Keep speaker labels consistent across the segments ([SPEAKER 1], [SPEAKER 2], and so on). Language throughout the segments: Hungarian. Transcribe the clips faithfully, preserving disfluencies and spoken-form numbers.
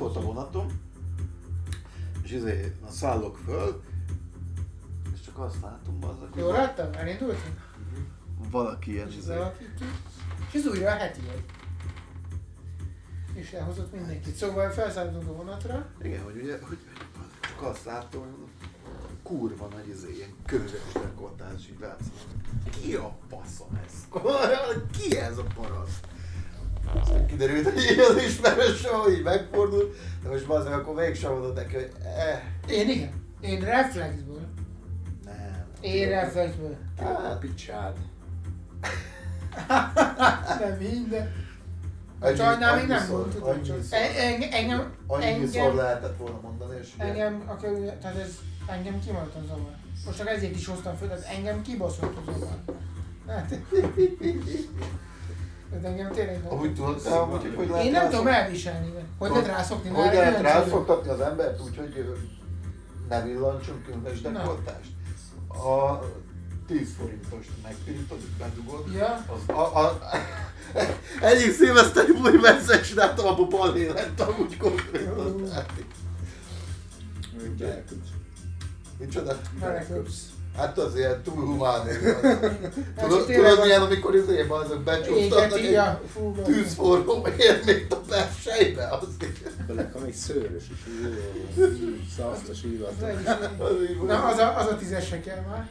[SPEAKER 1] volt a vonatom, és izé, na szállok föl, és csak azt látom, bazzak,
[SPEAKER 2] Jól láttam? Elindultam?
[SPEAKER 1] valaki ilyen izé.
[SPEAKER 2] És ez újra a heti egy. És elhozott mindenkit. Szóval felszálltunk a vonatra.
[SPEAKER 1] Igen, hogy ugye, hogy csak azt láttam, hogy mondom, kurva nagy izé, ilyen köves rekortás, így látszik. Ki a faszom ez? Ki ez a paraszt? Aztán kiderült, hogy így az ismerős, hogy így megfordul, de most bazdmeg, akkor mégsem mondod neki, hogy eh.
[SPEAKER 2] Én igen. Én reflexből.
[SPEAKER 1] Nem.
[SPEAKER 2] Én reflexből.
[SPEAKER 3] A picsád.
[SPEAKER 2] Nem minden. A
[SPEAKER 1] Annyi-
[SPEAKER 2] csajnál még nem
[SPEAKER 1] annyiszor-
[SPEAKER 2] volt, tudom csak.
[SPEAKER 1] annyiszor-
[SPEAKER 2] En- en- Engem,
[SPEAKER 1] Annyiszor
[SPEAKER 2] engem,
[SPEAKER 1] lehetett volna mondani, és ugye...
[SPEAKER 2] engem, a körül, tehát ez engem kimaradt a zavar. Most csak ezért is hoztam föl, tehát engem kibaszott a zavar. Hát, tehát engem tényleg nem.
[SPEAKER 1] Amúgy tudod, te amúgy, hogy hogy lehet
[SPEAKER 2] Én nem tudom
[SPEAKER 1] rászok-
[SPEAKER 2] elviselni. Hogy lehet rászokni?
[SPEAKER 1] Hogy
[SPEAKER 2] Már
[SPEAKER 1] lehet
[SPEAKER 2] kíváncsi vagyok.
[SPEAKER 1] rászoktatni az embert úgy, hogy ö, ne villancsunk könyves dekoltást? A tíz forintost megpirítod, bedugod.
[SPEAKER 2] Ja.
[SPEAKER 1] Az a, a, egyik szilveszteri buli meccsen csináltam, abban balé lett amúgy konkrétan.
[SPEAKER 3] Gyerkőt.
[SPEAKER 1] Micsoda?
[SPEAKER 2] Beleköpsz.
[SPEAKER 1] Hát az ilyen túl humán.
[SPEAKER 2] csak
[SPEAKER 1] Tudod,
[SPEAKER 2] tényleg
[SPEAKER 1] tudod
[SPEAKER 2] az-
[SPEAKER 1] milyen, amikor izében azok becsúsztatnak
[SPEAKER 2] Égeti, ja,
[SPEAKER 1] egy
[SPEAKER 2] fú,
[SPEAKER 1] tűzforró érményt a persejbe, az így.
[SPEAKER 3] Belek, még szőrös is, jó, szaftos,
[SPEAKER 2] Az
[SPEAKER 3] ívatos.
[SPEAKER 2] egy-
[SPEAKER 1] Az így
[SPEAKER 2] Na, az a, az a tízes se kell már.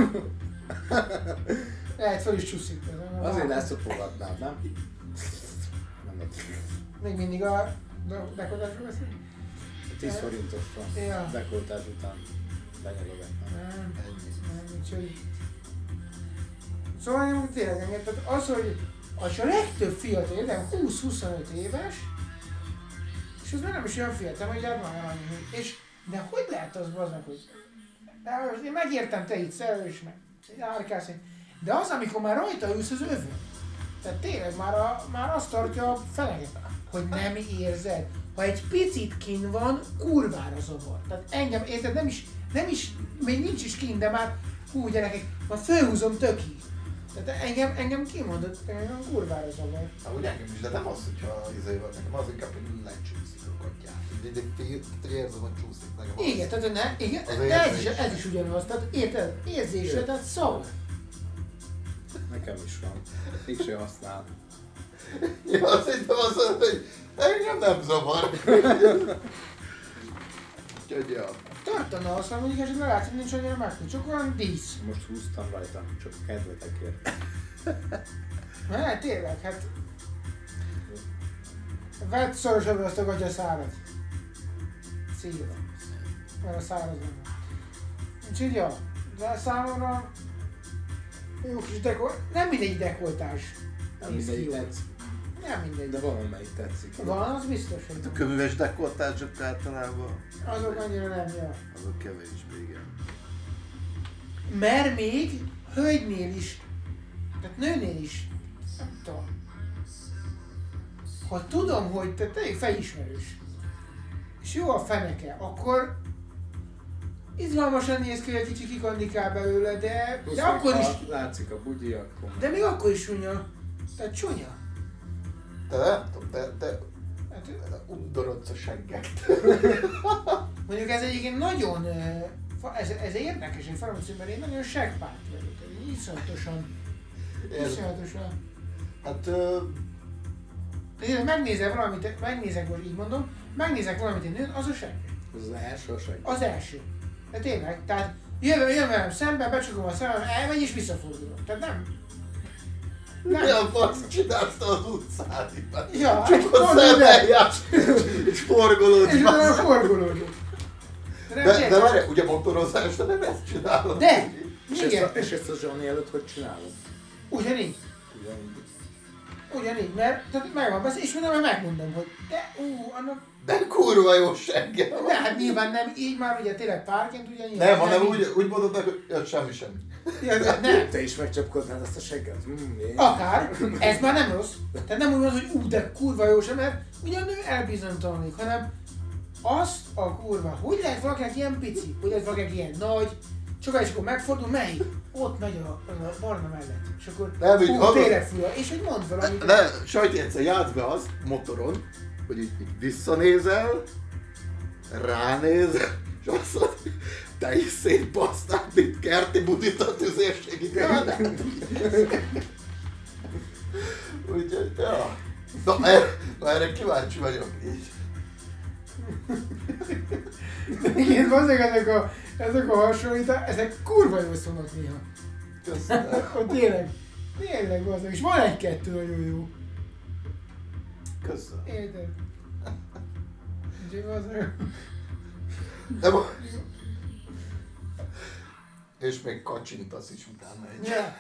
[SPEAKER 2] Lehet fel is csúszik.
[SPEAKER 3] Azért leszopogatnád, nem? Nem egy
[SPEAKER 2] Még mindig a dekodásról beszél?
[SPEAKER 3] tíz forintosra.
[SPEAKER 2] Ja.
[SPEAKER 3] Dekoltás után lenyalogatnám.
[SPEAKER 2] Nem,
[SPEAKER 1] Ennyi.
[SPEAKER 2] nem, úgyhogy... Szóval én tényleg engem, tehát az, hogy az a legtöbb fiatal, de húsz-huszonöt éves, és az már nem is olyan fiatal, hogy már annyi, és de hogy lehet az baznak, hogy de most én megértem, te itt szerelős, meg járkálsz, de az, amikor már rajta ülsz az övön, tehát tényleg már, a, már azt tartja a feleget, hogy nem érzed. Ha egy picit kín van, kurvára zavar. Tehát engem, érted, nem is, nem is, még nincs is kín, de már, hú gyerekek, már fölhúzom tökig. Tehát engem, engem kimondott, engem kurvára zavar.
[SPEAKER 1] Amúgy engem is, de nem az, hogyha izé van, nekem az inkább, hogy lecsúszik a katyát. Így egy érzem, hogy csúszik nekem az.
[SPEAKER 2] Igen, tehát ne, igen,
[SPEAKER 1] Az
[SPEAKER 2] de ez is,
[SPEAKER 1] érzés.
[SPEAKER 2] ez is ugyanaz, tehát érted, érzésre, tehát szó.
[SPEAKER 3] Nekem is van. Mégsem használ.
[SPEAKER 1] Ja, szerintem azt mondom, hogy engem nem zavar. Úgyhogy ja.
[SPEAKER 2] Tartana azt, hogy mondjuk esetleg látszik, nincs annyira megtudni, csak olyan dísz.
[SPEAKER 3] Most húztam rajta, csak a kedvetekért.
[SPEAKER 2] Hát tényleg, hát... Vedd szorosabbra azt a gatyaszárat. Szívra. Mert a száraz van. Úgyhogy ja, de számomra... Jó kis dekol... Nem mindegy dekoltás.
[SPEAKER 3] Nem
[SPEAKER 2] néz ki
[SPEAKER 3] mindegy
[SPEAKER 2] jól.
[SPEAKER 3] tetszik.
[SPEAKER 2] Nem mindegy.
[SPEAKER 3] De valamelyik tetszik.
[SPEAKER 2] Van, az biztos, hogy
[SPEAKER 1] A
[SPEAKER 2] van.
[SPEAKER 1] köműves dekoltások általában
[SPEAKER 2] Azok annyira nem, ja.
[SPEAKER 1] azok kevésbé, igen.
[SPEAKER 2] Mert még hölgynél is, tehát nőnél is, nem tudom. Ha tudom, hogy te tényleg felismerős, és jó a feneke, akkor izgalmasan néz ki, hogy egy kicsit kikandikál belőle, de,
[SPEAKER 3] Plusz
[SPEAKER 2] de
[SPEAKER 3] még
[SPEAKER 2] akkor
[SPEAKER 3] ha
[SPEAKER 2] is,
[SPEAKER 3] látszik a bugyi, akkor...
[SPEAKER 2] de még akkor is csúnya. Tehát csúnya.
[SPEAKER 1] Te nem tudom, te, te
[SPEAKER 2] Hát,
[SPEAKER 1] undorodsz a segget.
[SPEAKER 2] mondjuk ez egyébként nagyon, ö, fa- ez, ez érdekes, egy faramúci, mert én nagyon seggpárt vagyok. Iszonyatosan,
[SPEAKER 1] Érted?
[SPEAKER 2] iszonyatosan.
[SPEAKER 1] Hát ö,
[SPEAKER 2] Én megnézek valamit, megnézek, most így mondom, megnézek valamit egy nőn, az a segg.
[SPEAKER 3] Ez az első a segg.
[SPEAKER 2] Az első. De tényleg, tehát jön, jön velem szembe, becsukom a szemem, elmegy és visszafordulok. Tehát nem... Nem.
[SPEAKER 1] mi a fasz csinálsz te az utcán?
[SPEAKER 2] Ja,
[SPEAKER 1] Csak
[SPEAKER 2] hát
[SPEAKER 1] a
[SPEAKER 2] mondd ide.
[SPEAKER 1] szemeljás és forgolódsz.
[SPEAKER 2] És utána
[SPEAKER 1] bassza.
[SPEAKER 2] forgolódok. De nem
[SPEAKER 1] De, de
[SPEAKER 2] tényleg.
[SPEAKER 1] várj, ugye motorozásra nem ezt csinálod?
[SPEAKER 2] De!
[SPEAKER 3] És ezt,
[SPEAKER 2] Igen,
[SPEAKER 3] a, és ezt a Johnny előtt hogy csinálod?
[SPEAKER 2] ugyanígy.
[SPEAKER 3] Ugyanígy.
[SPEAKER 2] Ugyanígy, mert tehát meg van beszélni, és mondom, megmondom, hogy de, ú, annak...
[SPEAKER 1] De kurva jó seggel van.
[SPEAKER 2] De hát nyilván nem, így már ugye tényleg párként ugye nyilván
[SPEAKER 1] Nem, hanem
[SPEAKER 2] így.
[SPEAKER 1] úgy, úgy mondod neki, hogy ja, semmi semmi.
[SPEAKER 2] Ja, de nem.
[SPEAKER 3] Te is megcsapkodnád azt a segget? Mm, én.
[SPEAKER 2] Akár, ez már nem rossz. Tehát nem úgy van, hogy ú, de kurva jó sem, mert ugye a nő elbizonytalanodik, hanem azt a kurva, hogy lehet valakinek ilyen pici, hogy lehet valakinek ilyen nagy, csak és akkor megfordul, melyik? Ott megy a, a barna mellett. És akkor
[SPEAKER 1] Nem, így
[SPEAKER 2] hú,
[SPEAKER 1] hallod?
[SPEAKER 2] tényleg fura, és hogy mond valamit.
[SPEAKER 1] Ne, sajt egyszer játsz be azt motoron, hogy így, így visszanézel, ránézel, és azt mondod, te is szétbasztál, mint kerti budit a tüzérségi kádát. Úgyhogy, ja. Na, erre, na erre kíváncsi vagyok így.
[SPEAKER 2] Igen, azért ezek a, ezek a hasonlítások, ezek kurva jól szólnak néha.
[SPEAKER 1] Köszönöm.
[SPEAKER 2] Hogy tényleg, tényleg azért, és van egy-kettő nagyon jó.
[SPEAKER 1] Köszönöm.
[SPEAKER 2] Érted? Úgyhogy azért...
[SPEAKER 1] De ma... És még kacsintasz is utána egy.
[SPEAKER 2] Ja.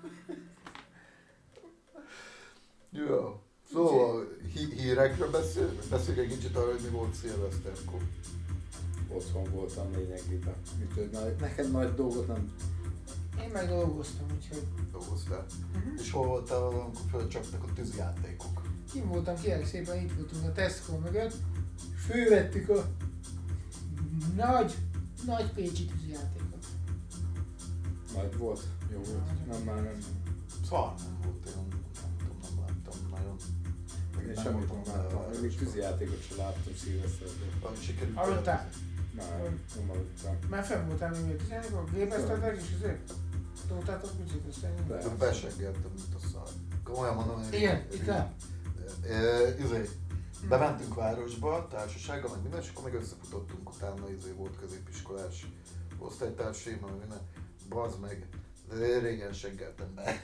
[SPEAKER 1] Jó. Szóval hí- hírekről beszél, beszélj egy kicsit arra, hogy mi volt szilveszterkor.
[SPEAKER 3] Otthon voltam lényegében. Úgyhogy na- nekem nagy dolgot nem...
[SPEAKER 2] Én meg dolgoztam, úgyhogy...
[SPEAKER 1] Dolgoztál.
[SPEAKER 2] Uh-huh.
[SPEAKER 1] És hol voltál, amikor fölcsaptak a tűzjátékok?
[SPEAKER 2] Kim voltam, kérlek szépen, itt voltunk a Tesco mögött, és fölvettük a nagy, nagy pécsi tűzjátékot.
[SPEAKER 3] Nagy volt? Jó volt? Nem, már nem.
[SPEAKER 1] Szar nem volt, én nem tudom, nem láttam nagyon. Meg
[SPEAKER 3] Én
[SPEAKER 1] nem
[SPEAKER 3] semmit
[SPEAKER 1] voltam
[SPEAKER 3] nem láttam.
[SPEAKER 1] vele,
[SPEAKER 3] Én még
[SPEAKER 1] és
[SPEAKER 3] tűzjátékot sem láttam szilveszterben.
[SPEAKER 1] ahogy sikerült
[SPEAKER 2] Aludtál?
[SPEAKER 1] elhozni.
[SPEAKER 3] Nem, nem aludtam.
[SPEAKER 2] Már fenn voltál még a tűzjátékot, gépeztetek, és azért tudtátok kicsit össze.
[SPEAKER 3] De.
[SPEAKER 1] De beseggeltem, mint a szar. Komolyan mondom, hogy...
[SPEAKER 2] Igen, itt le.
[SPEAKER 1] Izé, bementünk városba, társasággal, meg minden, és akkor meg összefutottunk utána, izé volt középiskolás osztálytársaim, meg minden. Bazd meg, de régen seggeltem be.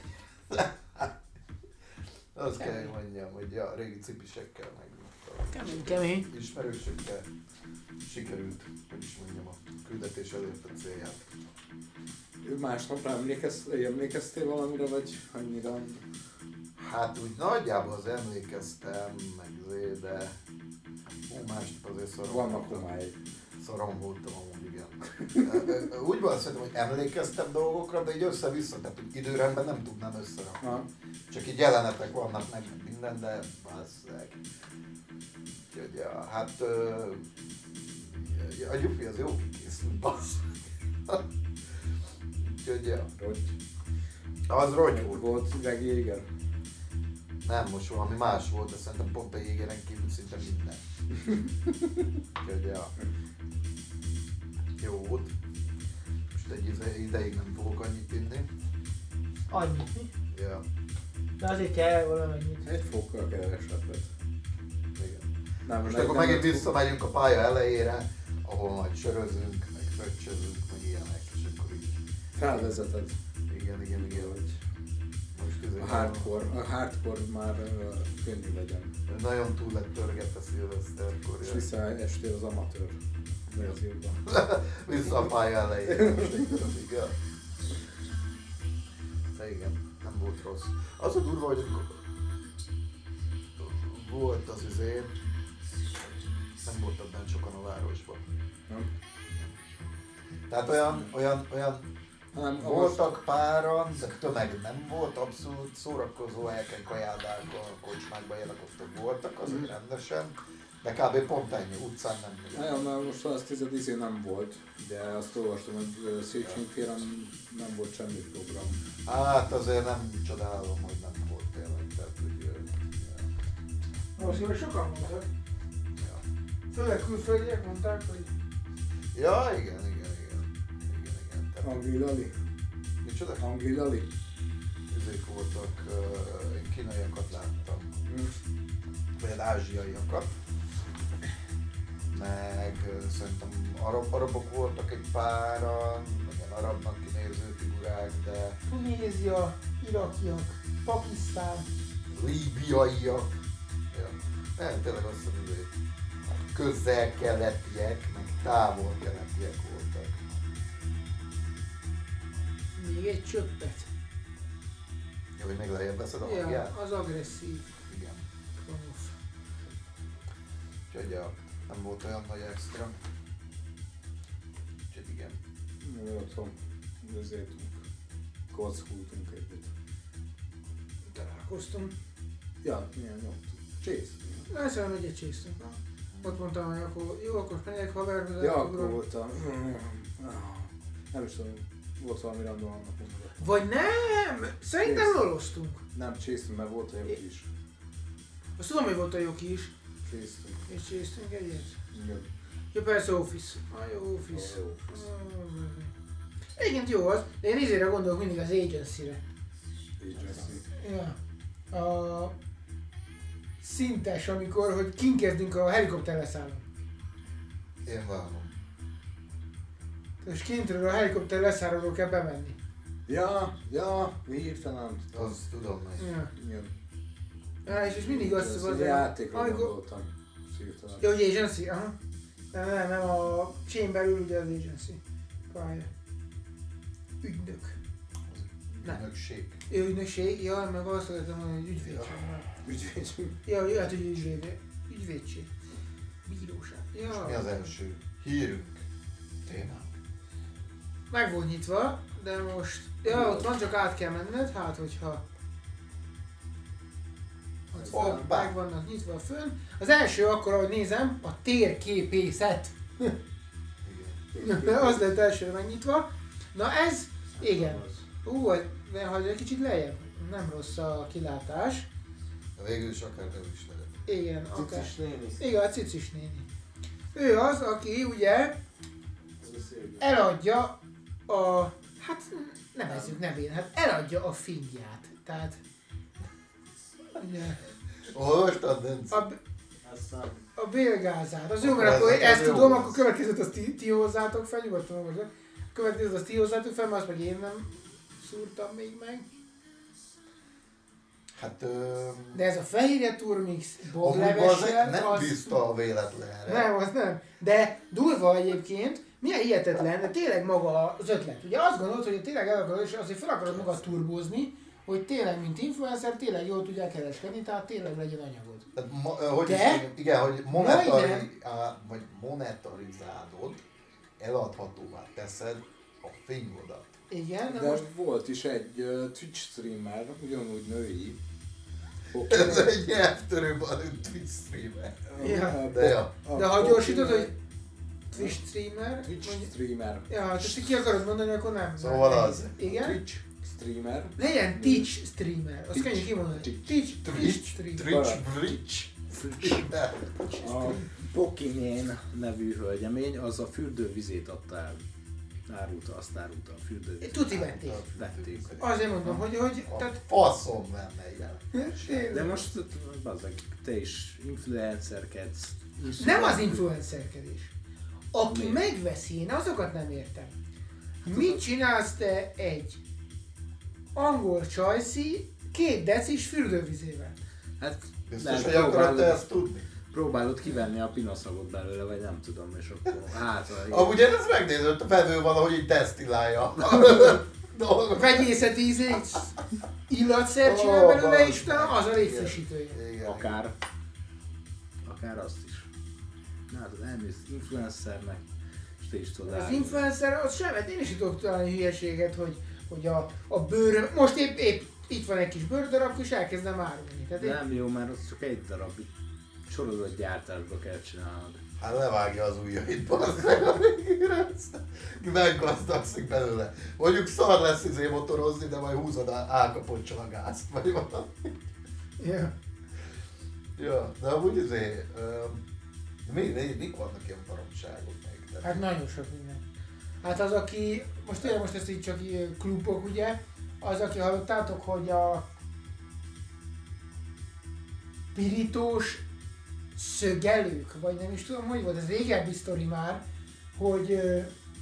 [SPEAKER 1] Azt kell, hogy mondjam, hogy ja, régi cipisekkel, meg
[SPEAKER 2] Kemény, kemény.
[SPEAKER 1] ismerősökkel sikerült, hogy is mondjam, a küldetés elért a célját.
[SPEAKER 3] Másnapra emlékez, emlékeztél valamire, vagy annyira?
[SPEAKER 1] Hát úgy nagyjából az emlékeztem, meg azért, de hú, másnap azért szarom
[SPEAKER 3] Vannak
[SPEAKER 1] voltam.
[SPEAKER 3] homályok.
[SPEAKER 1] Szarom voltam amúgy, igen. Úgy van szerintem, hogy emlékeztem dolgokra, de így össze-vissza, tehát úgy időrendben nem tudnám összerakni.
[SPEAKER 3] Ha?
[SPEAKER 1] Csak így jelenetek vannak meg minden, de basszeg. Úgyhogy ja, hát ö, a Gyufi az jó kikészült, bassz. Úgyhogy ja,
[SPEAKER 3] Rogy.
[SPEAKER 1] az rogy volt.
[SPEAKER 3] Volt vegéger?
[SPEAKER 1] Nem, most valami más volt, de szerintem pont a jégeren kívül szinte minden. Úgyhogy ja. Jó volt. Most egy ide- ideig nem fogok annyit inni.
[SPEAKER 2] Annyit, mi?
[SPEAKER 1] Ja,
[SPEAKER 2] De azért kell valamennyit.
[SPEAKER 3] Egy fokkal kevesebbet.
[SPEAKER 1] igen.
[SPEAKER 3] Nem,
[SPEAKER 1] Most
[SPEAKER 3] meg
[SPEAKER 1] akkor
[SPEAKER 3] nem
[SPEAKER 1] megint
[SPEAKER 3] lett-
[SPEAKER 1] visszamegyünk a pálya elejére, ahol majd sörözünk, meg fröccsözünk, meg ilyenek, és akkor így.
[SPEAKER 3] Felvezeted.
[SPEAKER 1] Igen, igen, igen.
[SPEAKER 3] Hogy
[SPEAKER 1] Most izé
[SPEAKER 3] a hardcore, a hardcore már uh, könnyű legyen.
[SPEAKER 1] nagyon túl lett pörgetve szilveszterkor.
[SPEAKER 3] És
[SPEAKER 1] Ja.
[SPEAKER 3] visszaestél az amatőr verzióban.
[SPEAKER 1] Vissza a pálya elejére most egy darabig, ja. De igen, nem volt rossz. Az a durva, hogy amikor volt az izé, nem voltak benne sokan a városban.
[SPEAKER 3] Nem?
[SPEAKER 1] Tehát olyan, olyan, olyan
[SPEAKER 3] Nem,
[SPEAKER 1] voltak páran, de tömeg nem volt, abszolút szórakozó helyeken, kajádákon, kocsmákban jelentottak voltak, azért rendesen, de kb. Pont ennyi, utcán nem nagyon.
[SPEAKER 3] nagyon, mert most azt hiszed, izé nem volt, de azt olvastam, hogy ö, Széchenyi téren nem volt semmi program.
[SPEAKER 1] Hát azért nem csodálom, hogy nem volt tényleg, tehát hogy... ö,
[SPEAKER 2] Valószínűleg sokan voltak.
[SPEAKER 1] Ja,
[SPEAKER 2] Főleg külföldiek mondták, hogy
[SPEAKER 1] ja igen, igen, igen. Igen, igen. Tehát,
[SPEAKER 3] Angli Lali?
[SPEAKER 1] micsoda?
[SPEAKER 3] Angli Lali?
[SPEAKER 1] Ezek voltak, uh, én kínaiakat láttam,
[SPEAKER 3] Hm.
[SPEAKER 1] vagy az ázsiaiakat. Meg uh, szerintem arab, arabok voltak egy páran, meg ilyen arabnak kinéző figurák, de
[SPEAKER 2] Tunézia, irakiak, Pakisztán.
[SPEAKER 1] líbiaiak. Ja. Nem, tényleg azt hiszem, hogy közel-keletiek, meg távol-keletiek voltak.
[SPEAKER 2] Még egy csöppet.
[SPEAKER 1] Ja, hogy még lejjebb veszed a
[SPEAKER 2] Ja,
[SPEAKER 1] hangját?
[SPEAKER 2] az agresszív.
[SPEAKER 1] Igen.
[SPEAKER 2] Konuf.
[SPEAKER 1] Úgyhogy ja, nem volt olyan nagy extra. Úgyhogy igen.
[SPEAKER 3] Mi otthon üzéltünk. Kockultunk együtt.
[SPEAKER 2] Találkoztunk.
[SPEAKER 3] Ja, milyen nyomtuk. Csész.
[SPEAKER 2] Lássan, hogy egy csésztünk. na. Ott mondtam, hogy akkor jó, akkor megyek haverhoz.
[SPEAKER 3] Ja, akkor voltam. Nem is tudom, volt valami random annak mondva.
[SPEAKER 2] Vagy nem! Szerintem
[SPEAKER 3] Csész.
[SPEAKER 2] loloztunk.
[SPEAKER 3] Nem csésztünk, mert volt a jobb is.
[SPEAKER 2] Azt tudom, hogy volt a Joki is.
[SPEAKER 3] Késztünk.
[SPEAKER 2] És csésztünk egyet.
[SPEAKER 3] Igen.
[SPEAKER 2] Ja persze Office. Ah, jó Office.
[SPEAKER 3] A jó Office.
[SPEAKER 2] Ah, egyébként jó az, de én izére gondolok mindig az Agency-re.
[SPEAKER 3] Agency.
[SPEAKER 2] Ja. A szintes, amikor, hogy kint kezdünk a helikopter leszállni.
[SPEAKER 1] Én várom.
[SPEAKER 2] És kintről a helikopter leszállóról kell bemenni.
[SPEAKER 3] Ja, ja, hirtelen.
[SPEAKER 1] Az tudom meg.
[SPEAKER 2] Ja.
[SPEAKER 3] Igen.
[SPEAKER 2] Ja, és, és mindig azt
[SPEAKER 3] Ez
[SPEAKER 2] az,
[SPEAKER 3] egy játékra
[SPEAKER 2] amikor...
[SPEAKER 3] gondoltam. Hirtelen.
[SPEAKER 2] Jó, hogy Agency, aha. Nem, nem, nem, a chain belül ugye az Agency. Pálya. Ügynök. Nem.
[SPEAKER 1] Ügynökség.
[SPEAKER 2] Ő ügynökség, ja, meg azt akartam mondani, hogy ügyvédség.
[SPEAKER 3] Ügyvédség.
[SPEAKER 2] Ja, jó, hát hogy ügyvéd, ügyvédség. Bíróság. Ja.
[SPEAKER 1] Mi az első hírünk? Témánk.
[SPEAKER 2] Meg volt nyitva, de most... Ja, ott van, csak át kell menned, hát hogyha... Ott föl,
[SPEAKER 1] Hoppá.
[SPEAKER 2] meg vannak nyitva fönn. Az első akkor, ahogy nézem, a térképészet.
[SPEAKER 1] Igen.
[SPEAKER 2] Az lett elsőre megnyitva. Na ez, igen. Ú, de hagyj egy kicsit lejjebb. Nem rossz a kilátás.
[SPEAKER 1] De végül is akár nem is lehet.
[SPEAKER 2] Igen, akár.
[SPEAKER 3] Cicis néni.
[SPEAKER 2] Igen, a cicis néni. Ő az, aki ugye eladja a... Hát nevezzük nevén, hát eladja a fingját. Tehát... Ugye,
[SPEAKER 1] Olvastad, Dence?
[SPEAKER 2] a,
[SPEAKER 3] Aztán
[SPEAKER 2] a bélgázát. Az jó,
[SPEAKER 1] Akkor
[SPEAKER 2] mert akkor
[SPEAKER 1] ez
[SPEAKER 2] ezt
[SPEAKER 1] nekem
[SPEAKER 2] tudom,
[SPEAKER 1] jó
[SPEAKER 2] akkor
[SPEAKER 1] lesz.
[SPEAKER 2] következőt azt ti, ti hozzátok fel, nyugodtan olvasok. Következőt azt ti hozzátok fel, mert azt meg én nem szúrtam még meg.
[SPEAKER 1] Hát... Ö...
[SPEAKER 2] De ez a fehérje turmix
[SPEAKER 1] Amúgy bazzeg,
[SPEAKER 2] boblevessel,
[SPEAKER 1] nem
[SPEAKER 2] az...
[SPEAKER 1] bízta a véletlenre.
[SPEAKER 2] Nem, az nem. De durva egyébként, milyen hihetetlen, de tényleg maga az ötlet. Ugye azt gondolod, hogy tényleg el akarod, és azért fel akarod magad turbózni, hogy tényleg, mint influencer, tényleg jól tudják kereskedni, tehát tényleg legyen anyagod.
[SPEAKER 1] Tehát, ma, ö, hogy
[SPEAKER 2] De?
[SPEAKER 1] is mondjam, igen, hogy monetari,
[SPEAKER 2] Majdnem.
[SPEAKER 1] á, vagy monetarizálod, eladhatóvá teszed a fingodat.
[SPEAKER 2] Igen, de,
[SPEAKER 3] de
[SPEAKER 2] most
[SPEAKER 3] volt is egy uh, Twitch streamer, ugyanúgy női.
[SPEAKER 1] Ez egy nyelvtörő Twitch streamer.
[SPEAKER 2] Ja.
[SPEAKER 1] De ja.
[SPEAKER 2] De ha gyorsítod, hogy Twitch streamer,
[SPEAKER 3] Twitch
[SPEAKER 2] mondja-
[SPEAKER 3] streamer.
[SPEAKER 2] ja, hát ezt ki akarod mondani, akkor nem.
[SPEAKER 1] Szóval
[SPEAKER 2] nem.
[SPEAKER 1] az.
[SPEAKER 2] Igen?
[SPEAKER 3] Twitch streamer.
[SPEAKER 2] Legyen Twitch streamer, azt
[SPEAKER 3] Twitch.
[SPEAKER 2] könnyű kimondani.
[SPEAKER 3] Twitch.
[SPEAKER 2] Twitch, Twitch
[SPEAKER 1] Twitch,
[SPEAKER 2] streamer.
[SPEAKER 1] Twitch, Twitch, streamer.
[SPEAKER 3] A Pokimén nevű hölgyemény, az a fürdővizét adta el. Árulta, azt árulta a fürdővizét.
[SPEAKER 2] Tuti vették.
[SPEAKER 3] Vették.
[SPEAKER 2] Azért mondom, hogy, hogy
[SPEAKER 1] A
[SPEAKER 2] tehát,
[SPEAKER 1] faszom lenne ilyen.
[SPEAKER 2] tényleg.
[SPEAKER 3] De most, bazzeg, te is influencerkedsz.
[SPEAKER 2] Nem az influencerkedés. Aki
[SPEAKER 3] Mi?
[SPEAKER 2] megveszi, én azokat nem értem. Mit csinálsz te egy angol csajszi két decis fürdővizével?
[SPEAKER 3] Hát
[SPEAKER 1] Biztos,
[SPEAKER 3] lehet,
[SPEAKER 1] hogy akarod te
[SPEAKER 3] próbálod,
[SPEAKER 1] ezt tudni?
[SPEAKER 3] próbálod kivenni a pinaszagot belőle, vagy nem tudom, és akkor hát...
[SPEAKER 1] Amúgy én ezt megnézem, hogy a vevő valahogy így desztillálja. Dolgokat.
[SPEAKER 2] Vegyészeti ízét, illatszer
[SPEAKER 1] Ó,
[SPEAKER 2] csinál belőle, és
[SPEAKER 1] bazd
[SPEAKER 2] utána
[SPEAKER 1] meg.
[SPEAKER 2] az a légfrissítője.
[SPEAKER 1] Igen.
[SPEAKER 3] Akár, akár azt is. Hát az elmész influencernek, és te is tudod
[SPEAKER 2] Az
[SPEAKER 3] árulni.
[SPEAKER 2] influencer, az sem, hát én is itt tudok találni hülyeséget, hogy, hogy a, a bőröm, most épp, épp itt van egy kis bőrdarab, és elkezdem árulni. Tehát én,
[SPEAKER 3] Nem jó, mert az csak egy darab, itt sorozatgyártásba kell csinálnod.
[SPEAKER 1] Hát levágja az ujjait, bazd meg, amíg meggazdagszik belőle. Mondjuk szar lesz izé motorozni, de majd húzod a állkapocsal a gázt, vagy valami.
[SPEAKER 2] ja.
[SPEAKER 1] Ja, de amúgy izé, um, mi, mi, mik vannak ilyen baromságok még? Tehát-
[SPEAKER 2] Hát nagyon sok minden. Hát az, aki, most tényleg most ezt így csak így klubok, ugye, az, aki hallottátok, hogy a pirítós szögelők, vagy nem is tudom, hogy volt, ez régebbi sztori már, hogy ö,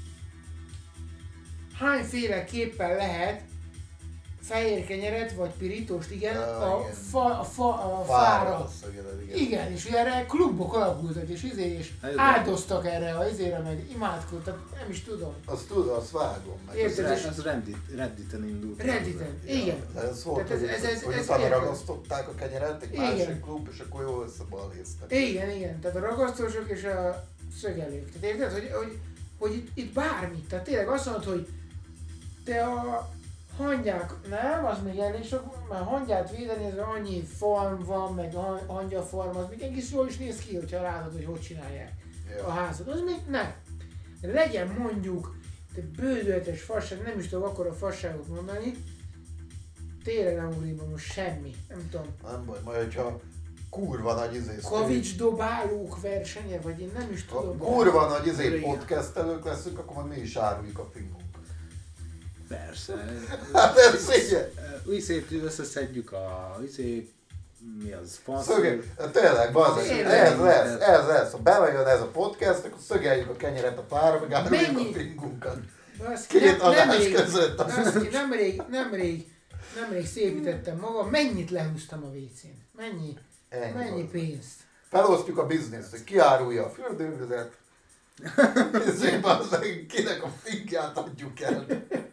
[SPEAKER 2] hányféleképpen lehet fehér kenyeret, vagy pirítóst, igen,
[SPEAKER 1] Ja,
[SPEAKER 2] a,
[SPEAKER 1] igen.
[SPEAKER 2] fa, a, fa, a
[SPEAKER 1] Fára
[SPEAKER 2] fára.
[SPEAKER 1] szögeled, igen.
[SPEAKER 2] Igen, és ugye erre klubok alakultak, és izé, és
[SPEAKER 3] Ez
[SPEAKER 2] áldoztak erre a izére, meg imádkoztak, nem is tudom.
[SPEAKER 1] Azt tudod, azt vágom meg.
[SPEAKER 2] Érted?
[SPEAKER 3] Ez, ez Reddit, Redditen indult.
[SPEAKER 2] Redditen, igen.
[SPEAKER 1] De ez volt,
[SPEAKER 2] Tehát ez-
[SPEAKER 1] hogy,
[SPEAKER 2] ez- ez-
[SPEAKER 1] hogy
[SPEAKER 2] ez
[SPEAKER 1] utána
[SPEAKER 2] érted?
[SPEAKER 1] ragasztották a kenyeret, egy
[SPEAKER 2] Igen.
[SPEAKER 1] másik klub, és akkor jól összebalhéztek.
[SPEAKER 2] Igen, igen, tehát a ragasztósok és a szögelők. Tehát érted, hogy, hogy, hogy itt, itt bármit, tehát tényleg azt mondod, hogy te a hangyák, nem, az még elég sok, már hangyát védeni, ez annyi farm van, meg a hangyafarm, az még egész jól is néz ki, hogyha látod, hogy hogy csinálják a
[SPEAKER 1] Ja.
[SPEAKER 2] házat. Az még nem. Legyen mondjuk, te bődöletes fasság, nem is tudok akkor a fasságot mondani, tényleg nem ugrik be most semmi, nem tudom.
[SPEAKER 1] Nem baj, majd hogyha kurva nagy izé.
[SPEAKER 2] Kavics dobálók versenye, vagy én nem is tudom.
[SPEAKER 1] Kurva nagy izé podcastelők leszünk, akkor majd mi is áruljuk a fingunkat.
[SPEAKER 3] Persze.
[SPEAKER 1] Hát ez igen.
[SPEAKER 3] Viszét összeszedjük a... Viszét... Mi az? Fasz?
[SPEAKER 1] Szöge, tényleg, bazd, ez lesz, ez lesz. Ha bemegyön ez a podcast, akkor szögeljük a kenyeret a fára, meg áruljuk a fingunkat. Két adás között.
[SPEAKER 2] Baszki, nemrég, nemrég, nemrég szépítettem magam, mennyit lehúztam a vécén? Mennyi?
[SPEAKER 1] Ennyi
[SPEAKER 2] Mennyi
[SPEAKER 1] van.
[SPEAKER 2] pénzt?
[SPEAKER 1] Felosztjuk a bizniszt, hogy ki árulja a fürdővizet, ezért az meg kinek a finkját adjuk el.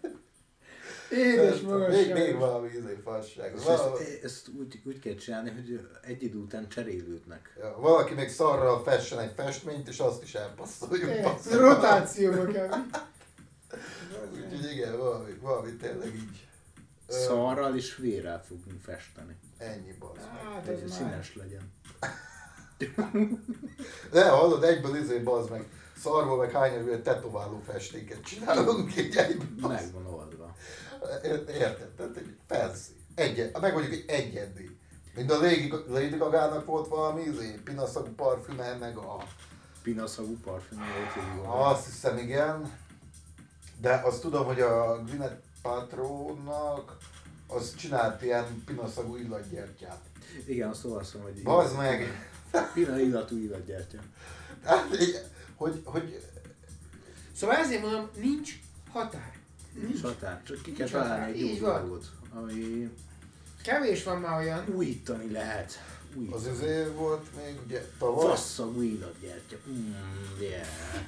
[SPEAKER 2] Édes
[SPEAKER 1] még,
[SPEAKER 2] magasság.
[SPEAKER 1] még valami izé fasság.
[SPEAKER 3] És
[SPEAKER 1] Valami,
[SPEAKER 3] ezt, ezt úgy, úgy kell csinálni, hogy egy idő után cserélődnek.
[SPEAKER 1] ja, valaki még szarral fessen egy festményt, és azt is elpasszoljuk.
[SPEAKER 2] Ez rotációba kell.
[SPEAKER 1] Úgyhogy igen, valami, valami tényleg így.
[SPEAKER 3] Szarral és vérrel fogunk festeni.
[SPEAKER 1] Ennyi bazd
[SPEAKER 2] Hát
[SPEAKER 3] Hogy
[SPEAKER 2] ez már.
[SPEAKER 3] színes legyen.
[SPEAKER 1] De hallod, egyből izé bazd meg, szarból meg hányadból tetováló festéket csinálunk így egyből.
[SPEAKER 3] Meg van oldva.
[SPEAKER 1] Érted? Tehát egy fancy. Egyed, meg mondjuk egy egyedi. Mint a Lady, Lady Gaga-nak volt valami izé, pinaszagú parfüme, meg a...
[SPEAKER 3] Pinaszagú parfüm volt.
[SPEAKER 1] Azt hiszem, igen. De azt tudom, hogy a Gwyneth Paltrownak az csinált ilyen pinaszagú illatgyertyát.
[SPEAKER 3] Igen, azt olvasom, hogy...
[SPEAKER 1] Bazd meg!
[SPEAKER 3] Pina illatú illatgyertya.
[SPEAKER 1] Hát, így, hogy, hogy...
[SPEAKER 2] Szóval ezért mondom, nincs határ.
[SPEAKER 3] Nincs határ, csak ki kell
[SPEAKER 2] Nincs határ,
[SPEAKER 3] találni egy
[SPEAKER 2] így
[SPEAKER 3] jó
[SPEAKER 2] van.
[SPEAKER 3] dolgot, ami
[SPEAKER 2] Kevés van már olyan.
[SPEAKER 3] újítani lehet. Újítani.
[SPEAKER 1] Az izé volt még ugye tavaly.
[SPEAKER 3] Vasszagú illatgyertya. Mm, yeah.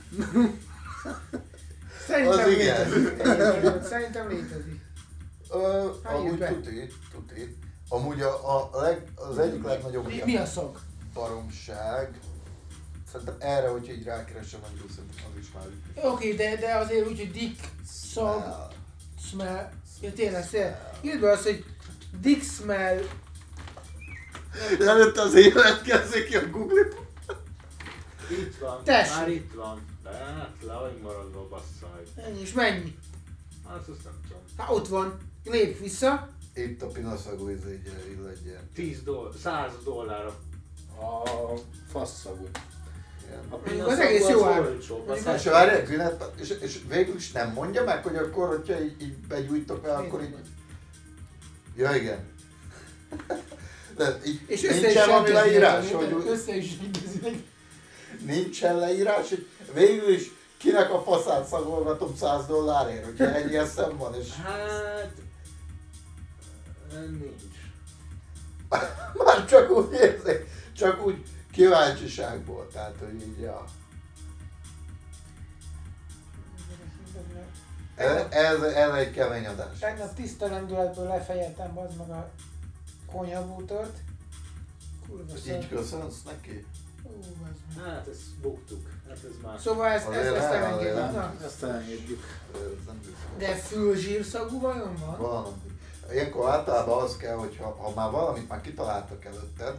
[SPEAKER 2] Szerintem
[SPEAKER 1] Az igen.
[SPEAKER 2] létezik. Szerintem létezik.
[SPEAKER 1] Ö,
[SPEAKER 2] Álljunk
[SPEAKER 1] amúgy
[SPEAKER 2] be.
[SPEAKER 1] tuti, tuti. Amúgy a, a leg, az egyik legnagyobb
[SPEAKER 2] Mi,
[SPEAKER 1] ilyen
[SPEAKER 2] mi a szag?
[SPEAKER 1] baromság. Szerintem erre, hogyha így rákeresem, hogy szerintem az is már üt.
[SPEAKER 2] Oké, de, de azért úgy, hogy dick, szag,
[SPEAKER 1] Smell.
[SPEAKER 2] smell. Ja tényleg, tényleg. Írd be azt, hogy dick smell.
[SPEAKER 1] Előtte az élet kezdődik ki a Google.
[SPEAKER 4] Itt van,
[SPEAKER 2] Tessék.
[SPEAKER 4] már itt van. De hát le vagy maradva, basszaj.
[SPEAKER 2] Ennyi, és mennyi?
[SPEAKER 4] Hát azt nem tudom.
[SPEAKER 2] Hát ott van. Lép vissza.
[SPEAKER 1] Itt a pinaszagú izé illatgyert.
[SPEAKER 4] tíz dollár, száz dollárra.
[SPEAKER 3] A fasszagú.
[SPEAKER 4] A
[SPEAKER 2] Mondjuk az egész jó ár.
[SPEAKER 4] olcsóbb,
[SPEAKER 2] Mondjuk
[SPEAKER 4] az
[SPEAKER 1] És várják, Gwyneth, és, és végül is nem mondja meg, hogy akkor, hogyha így, így begyújtok el, akkor így... Ja, igen. De így
[SPEAKER 2] És össze is
[SPEAKER 1] nincsen valami leírás,
[SPEAKER 2] rendezinek,
[SPEAKER 1] hogy
[SPEAKER 2] össze is rendezinek.
[SPEAKER 1] nincsen leírás, hogy végül is kinek a faszát szagolgatom száz dollárért, hogyha ennyi eszem van, és
[SPEAKER 4] Hát... Nincs.
[SPEAKER 1] már csak úgy érzek, csak úgy kíváncsiságból, tehát hogy így, ja. Ez, ez, ez egy kemény adás.
[SPEAKER 2] Tegnap tiszta lendületből lefejeltem bazd meg a konyhabútort. Kurva szar.
[SPEAKER 1] Így köszönsz neki?
[SPEAKER 2] Ú, bazd meg.
[SPEAKER 4] Hát ezt buktuk. Hát ez már...
[SPEAKER 2] Szóval ezt, ezt,
[SPEAKER 1] Azért
[SPEAKER 2] ezt
[SPEAKER 1] nem,
[SPEAKER 2] elengedjük.
[SPEAKER 1] azért
[SPEAKER 2] Na.
[SPEAKER 3] Ezt elengedjük.
[SPEAKER 1] Ez nem biztos.
[SPEAKER 2] De fülzsírszagú vajon van?
[SPEAKER 1] Van. Ilyenkor általában az kell, hogy ha, ha már valamit már kitaláltak előtted,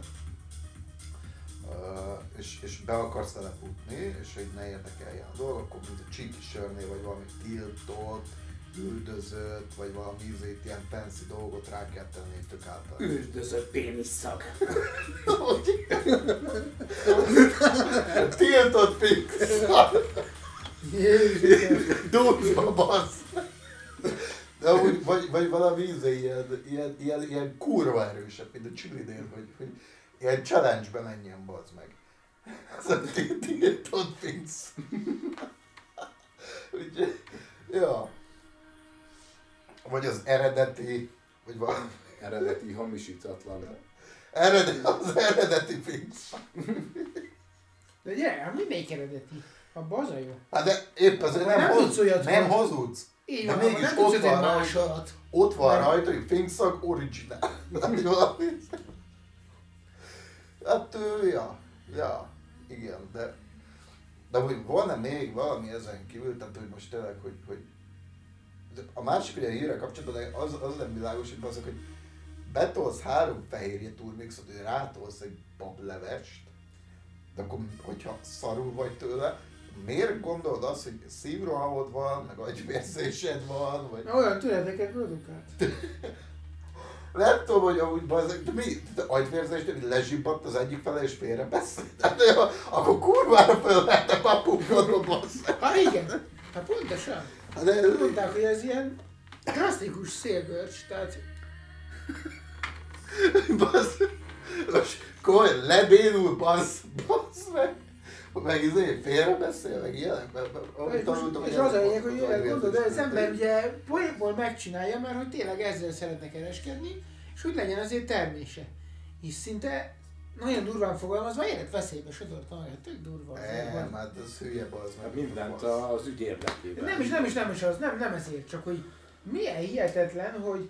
[SPEAKER 1] uh, és, és be akarsz vele futni, és hogy ne érdekeljen a dolog, akkor mint a csíki sörnél, vagy valami tiltott, üldözött, vagy valami ízét, ilyen fancy dolgot rá kell tenni, tök által.
[SPEAKER 3] Üldözött pénisszag.
[SPEAKER 1] Tiltott fix!
[SPEAKER 2] Jézusom.
[SPEAKER 1] Dúzva bassz! De úgy, vagy, vagy valami íze ilyen, ilyen, ilyen, ilyen kurva erősebb, mint a chili-nél, hogy, hogy ilyen challenge-be menjen, bazd meg. Ez a tiltott fix. Úgyhogy, ja. Vagy az eredeti, vagy valami.
[SPEAKER 5] Eredeti, hamisítatlan.
[SPEAKER 1] Eredeti, az eredeti fix.
[SPEAKER 2] De gyere, hát mindegyik eredeti. Abba az a jó.
[SPEAKER 1] Hát de épp azért nem,
[SPEAKER 2] Nem
[SPEAKER 1] hoz,
[SPEAKER 2] tudsz olyat
[SPEAKER 1] nem
[SPEAKER 2] mondani.
[SPEAKER 1] hazudsz.
[SPEAKER 2] Így
[SPEAKER 1] De
[SPEAKER 2] van,
[SPEAKER 1] mégis
[SPEAKER 2] nem
[SPEAKER 1] ott
[SPEAKER 2] tudsz
[SPEAKER 1] van
[SPEAKER 2] egy
[SPEAKER 1] rajta.
[SPEAKER 2] másolat.
[SPEAKER 1] Ott van
[SPEAKER 2] Nem.
[SPEAKER 1] rajta, hogy finkszag original. Hát valami. Hát, ö, ja, ja, igen, de, de hogy volna még valami ezen kívül, tehát hogy most tényleg, hogy, hogy de a másik ugye a hírrel kapcsolatban, de az, az nem világos, hogy azok, hogy betolsz három fehérje turmixot, hogy rátolsz egy bablevest, de akkor, hogyha szarul vagy tőle, miért gondolod azt, hogy szívrohamod van, meg agyvérzésed van, vagy...
[SPEAKER 2] Na, olyan tüneteket produkált.
[SPEAKER 1] Nem tudom, hogy amúgy bazzeg, de mi? De agyvérzést, hogy lezsibbadt az egyik fele és félre beszélt. Hát, de jó, akkor kurvára föl lehetne papunkról bazzeg.
[SPEAKER 2] Ha igen, hát pontosan.
[SPEAKER 1] Hát de ez...
[SPEAKER 2] Mondták, hogy ez ilyen drasztikus szélgörcs, tehát
[SPEAKER 1] Bazzeg. Most komoly, lebénul, bassz, bassz meg. Meg izé, félre beszél, meg ilyenek. Mert, mert, amit tanultam,
[SPEAKER 2] és
[SPEAKER 1] hogy
[SPEAKER 2] az a
[SPEAKER 1] ez
[SPEAKER 2] lényeg, hogy
[SPEAKER 1] agyvérzés
[SPEAKER 2] gondolod, de az
[SPEAKER 1] történt.
[SPEAKER 2] ember ugye poénból megcsinálja, mert hogy tényleg ezzel szeretne kereskedni, és hogy legyen azért termése. És szinte nagyon durván fogalmazva életveszélybe sodorta magát, tök durva. azért
[SPEAKER 1] Nem,
[SPEAKER 2] van.
[SPEAKER 1] hát ez hülye bazd meg.
[SPEAKER 3] Hát mindent az ügy érdekében.
[SPEAKER 2] Nem is, nem is, nem is az, nem, nem ezért, csak hogy milyen hihetetlen, hogy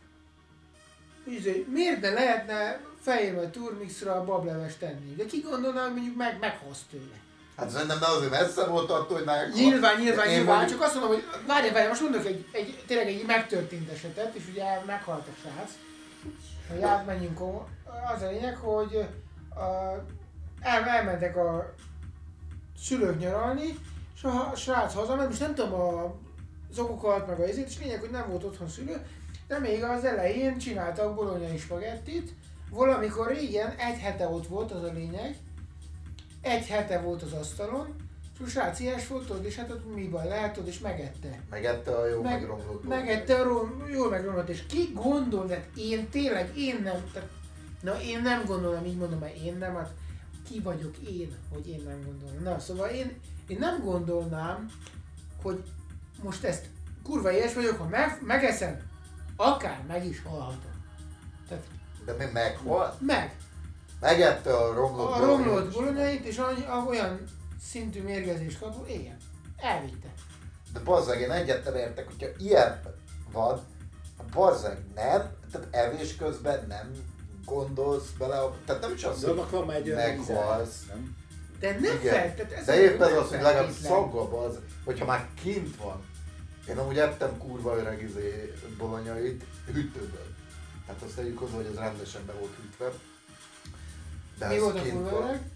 [SPEAKER 2] hogy miért ne lehetne fehér vagy turmixra bablevest tenni? De ki gondolná, hogy mondjuk meg, meghoz tőle.
[SPEAKER 1] Hát szerintem nem azért messze volt attól, hogy meg...
[SPEAKER 2] Nyilván, nyilván,
[SPEAKER 1] Én
[SPEAKER 2] nyilván,
[SPEAKER 1] mondjuk-
[SPEAKER 2] csak azt mondom, hogy várjál, várjál, most mondok egy, egy, tényleg egy megtörtént esetet, és ugye meghalt a srác. Hogy átmenjünk, az a lényeg, hogy a, el, elmentek a szülők nyaralni, és a srác hazament, most nem tudom a, az okokat, meg a izét, és lényeg, hogy nem volt otthon szülő, de még az elején csináltak bolonyai spagettit, valamikor régen, egy hete ott volt, az a lényeg, egy hete volt az asztalon, és a srác ilyes volt, tudod, és hát ott mi baj lehet, tudod, és megette.
[SPEAKER 1] Megette a jó
[SPEAKER 2] Meg-
[SPEAKER 1] megromlott.
[SPEAKER 2] Megette a rom, jól megromlott, és ki gondol, tehát én tényleg, én nem, tehát, na én nem gondolom, így mondom, mert én nem, hát ki vagyok én, hogy én nem gondolom. Na, szóval én, én nem gondolnám, hogy most ezt kurva ilyes vagyok, ha meg, megeszem, akár meg is halhatom. Tehát
[SPEAKER 1] De mi meghalt?
[SPEAKER 2] meg,
[SPEAKER 1] Megette a romlott
[SPEAKER 2] a romlott
[SPEAKER 1] bolonyait.
[SPEAKER 2] bolonyait, és annyi, olyan szintű mérgezést kapott, igen, elvitte.
[SPEAKER 1] De bazzeg, én egyet nem értek, hogyha ilyen van, bazzeg nem, tehát evés közben nem gondolsz bele, a- tehát nem is az,
[SPEAKER 3] De annak van már egy olyan
[SPEAKER 1] meghalsz.
[SPEAKER 3] íze, nem?
[SPEAKER 2] De nem
[SPEAKER 1] Igen.
[SPEAKER 2] fel, tehát ez
[SPEAKER 1] De épp ez
[SPEAKER 2] nem
[SPEAKER 1] az, hogy legalább
[SPEAKER 2] feltétlen.
[SPEAKER 1] szagga az, hogyha már kint van. Én amúgy ettem kurva öreg izé bolonyait hűtőből. Tehát azt tegyük hozzá, hogy ez rendesen be volt hűtve. De
[SPEAKER 2] Mi
[SPEAKER 1] ez
[SPEAKER 2] volt a
[SPEAKER 1] kint
[SPEAKER 2] kurva
[SPEAKER 1] van.
[SPEAKER 2] öreg?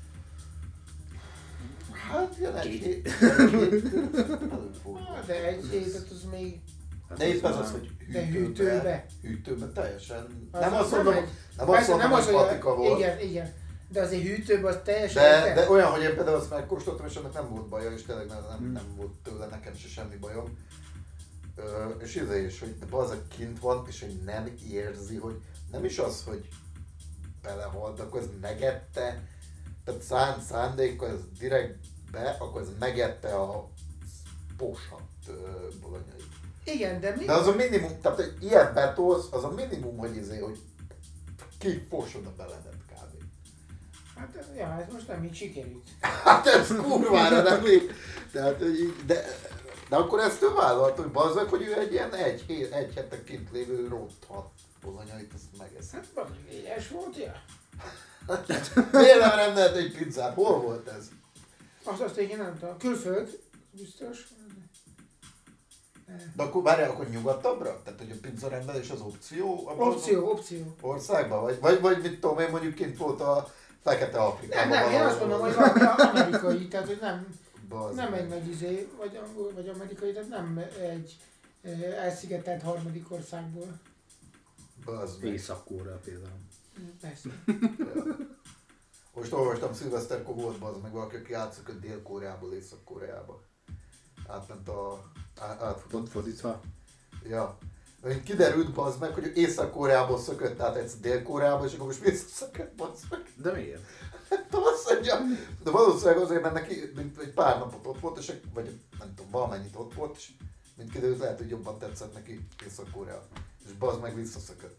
[SPEAKER 1] Hát ilyen egy
[SPEAKER 3] Két.
[SPEAKER 1] hét. Előfordul.
[SPEAKER 2] Ah, De egy hétet az még,
[SPEAKER 3] Hát
[SPEAKER 1] De épp ez
[SPEAKER 3] már-
[SPEAKER 1] az, hogy
[SPEAKER 2] de
[SPEAKER 1] hűtőbe,
[SPEAKER 2] hűtőbe.
[SPEAKER 1] hűtőbe teljesen.
[SPEAKER 2] Az
[SPEAKER 1] Nem
[SPEAKER 2] az
[SPEAKER 1] azt mondom,
[SPEAKER 2] egy-
[SPEAKER 1] nem azt
[SPEAKER 2] Persze,
[SPEAKER 1] mondom,
[SPEAKER 2] nem az,
[SPEAKER 1] hogy
[SPEAKER 2] hogy
[SPEAKER 1] patika
[SPEAKER 2] a,
[SPEAKER 1] volt.
[SPEAKER 2] igen, igen. De azért hűtőben az teljesen
[SPEAKER 1] De,
[SPEAKER 2] érted?
[SPEAKER 1] de olyan, hogy én például azt megkóstoltam, és annak nem volt baja, és tényleg nem, nem,
[SPEAKER 3] Hmm.
[SPEAKER 1] nem volt tőle nekem se semmi bajom. Ö, és ez is, hogy de az kint van, és hogy nem érzi, hogy nem is az, hogy belehalt, akkor ez megette, tehát szánt szándékkal, ez direkt be, akkor ez megette a posat bolonyait.
[SPEAKER 2] Igen, de mi?
[SPEAKER 1] De az a minimum, tehát hogy ilyen betolsz, az a minimum, hogy izé, hogy kifosod a beledet kb.
[SPEAKER 2] Hát, ja, ez most nem így sikerült.
[SPEAKER 1] Hát ez kurvára nem még. Tehát, hogy így, de, de akkor ezt ő vállalt, hogy bazzak, hogy ő egy ilyen egy, hét, egy hete kint lévő rotthat bolonyait, azt megesz.
[SPEAKER 2] Hát, valami éhes volt, ja.
[SPEAKER 1] Miért nem rendelt egy pizzát? Hol volt ez?
[SPEAKER 2] Azt, azt igen, nem tudom. Külföld, biztos.
[SPEAKER 1] De akkor várjál, akkor nyugatabbra? Tehát, hogy a pizza rendelés az opció? abban az
[SPEAKER 2] Opció, opció.
[SPEAKER 1] országban? Vagy, vagy, vagy mit tudom én, mondjuk kint volt a Fekete Afrikában.
[SPEAKER 2] Nem, nem, én azt mondom, hogy valami amerikai, tehát hogy nem,
[SPEAKER 1] Bazd
[SPEAKER 2] nem
[SPEAKER 1] meg.
[SPEAKER 2] egy nagy izé, vagy angol, vagy amerikai, tehát nem egy eh, elszigetelt harmadik országból.
[SPEAKER 1] Bazd meg.
[SPEAKER 3] Észak-Korea például.
[SPEAKER 2] Persze.
[SPEAKER 1] Most olvastam, szilveszterkor volt bazd meg valaki, aki átszökött Dél-Koreából Észak-Koreába. Átment a... Á, átfutott.
[SPEAKER 3] Pont fordítva.
[SPEAKER 1] Ja. De így kiderült bazd meg, hogy Észak-Koreából szökött át egyszer Dél-Koreába, és akkor most visszaszökött bazd meg.
[SPEAKER 3] De miért?
[SPEAKER 1] De azt mondja, de valószínűleg azért, mert neki mint egy pár napot ott volt, és vagy nem tudom, valamennyit ott volt, és mint kiderült, lehet, hogy jobban tetszett neki Észak-Korea. És bazd meg visszaszökött.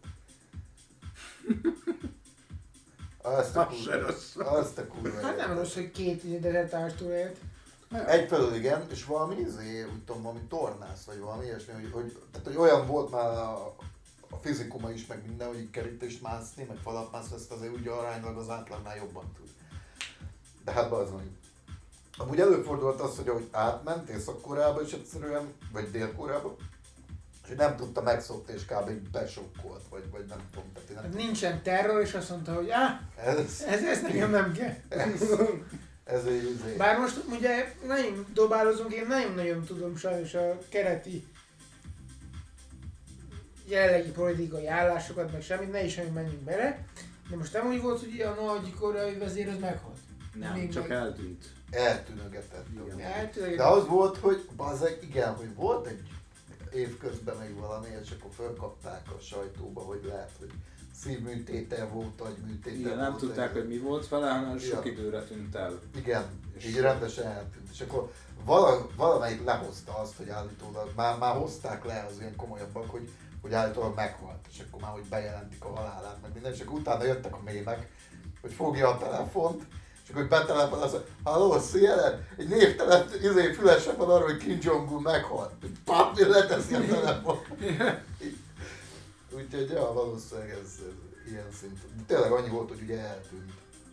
[SPEAKER 1] Azt a
[SPEAKER 3] Az se rossz.
[SPEAKER 1] kurva. Azt a kurva.
[SPEAKER 2] Hát nem rossz, hogy két izé dezertástól élt.
[SPEAKER 1] Egyfelől igen, és valami izé, úgy tudom, valami tornász, vagy valami ilyesmi, hogy, hogy, tehát, hogy olyan volt már a, a fizikuma is, meg minden, hogy kerítést mászni, meg falat mászni, ezt azért úgy aránylag az átlagnál jobban tud. De hát az van. Amúgy előfordult az, hogy ahogy átment Észak-Koreába is egyszerűen, vagy Dél-Koreába, és hogy nem tudta megszokni, és kb. Besokkolt, vagy, vagy nem tudom. Tehát én nem
[SPEAKER 2] Hát nincsen terror, és azt mondta, hogy ah,
[SPEAKER 1] ez,
[SPEAKER 2] ez, ez nekem nem kell.
[SPEAKER 1] ez, ez egy izé.
[SPEAKER 2] Bár most ugye nagyon dobálozunk, én nagyon-nagyon tudom sajnos a kereti jelenlegi politikai állásokat, meg semmit, ne is menjünk bele. De most nem úgy volt, hogy a nagy koreai vezér az meghalt.
[SPEAKER 3] Nem,
[SPEAKER 2] Még
[SPEAKER 3] csak
[SPEAKER 2] meg-
[SPEAKER 3] eltűnt.
[SPEAKER 1] Eltűnögetett.
[SPEAKER 3] Igen.
[SPEAKER 2] Eltűnögetett.
[SPEAKER 1] De az volt, hogy bazzeg, igen, hogy volt egy évközben még valami, és akkor fölkapták a sajtóba, hogy lehet, hogy szívműtéte volt, agyműtéte
[SPEAKER 3] Igen,
[SPEAKER 1] volt.
[SPEAKER 3] nem tudták,
[SPEAKER 1] egy-
[SPEAKER 3] hogy mi volt vele, hanem sok
[SPEAKER 1] Ja.
[SPEAKER 3] időre tűnt el.
[SPEAKER 1] Igen,
[SPEAKER 3] És-
[SPEAKER 1] így rendesen eltűnt. És akkor vala, valamelyik lehozta azt, hogy állítólag, már, már hozták le az ilyen komolyabbak, hogy, hogy állítólag meghalt, és akkor már hogy bejelentik a halálát, meg minden, és akkor utána jöttek a mémek, hogy fogja a telefont, és akkor betelefon az, hogy halló, szélen, egy névtelen izé, fülese van arra, hogy Kim Jong-un meghalt. Pap, leteszi a telefon. Úgyhogy ja, valószínűleg ez, ez ilyen szint. De tényleg annyi volt, hogy ugye eltűnt.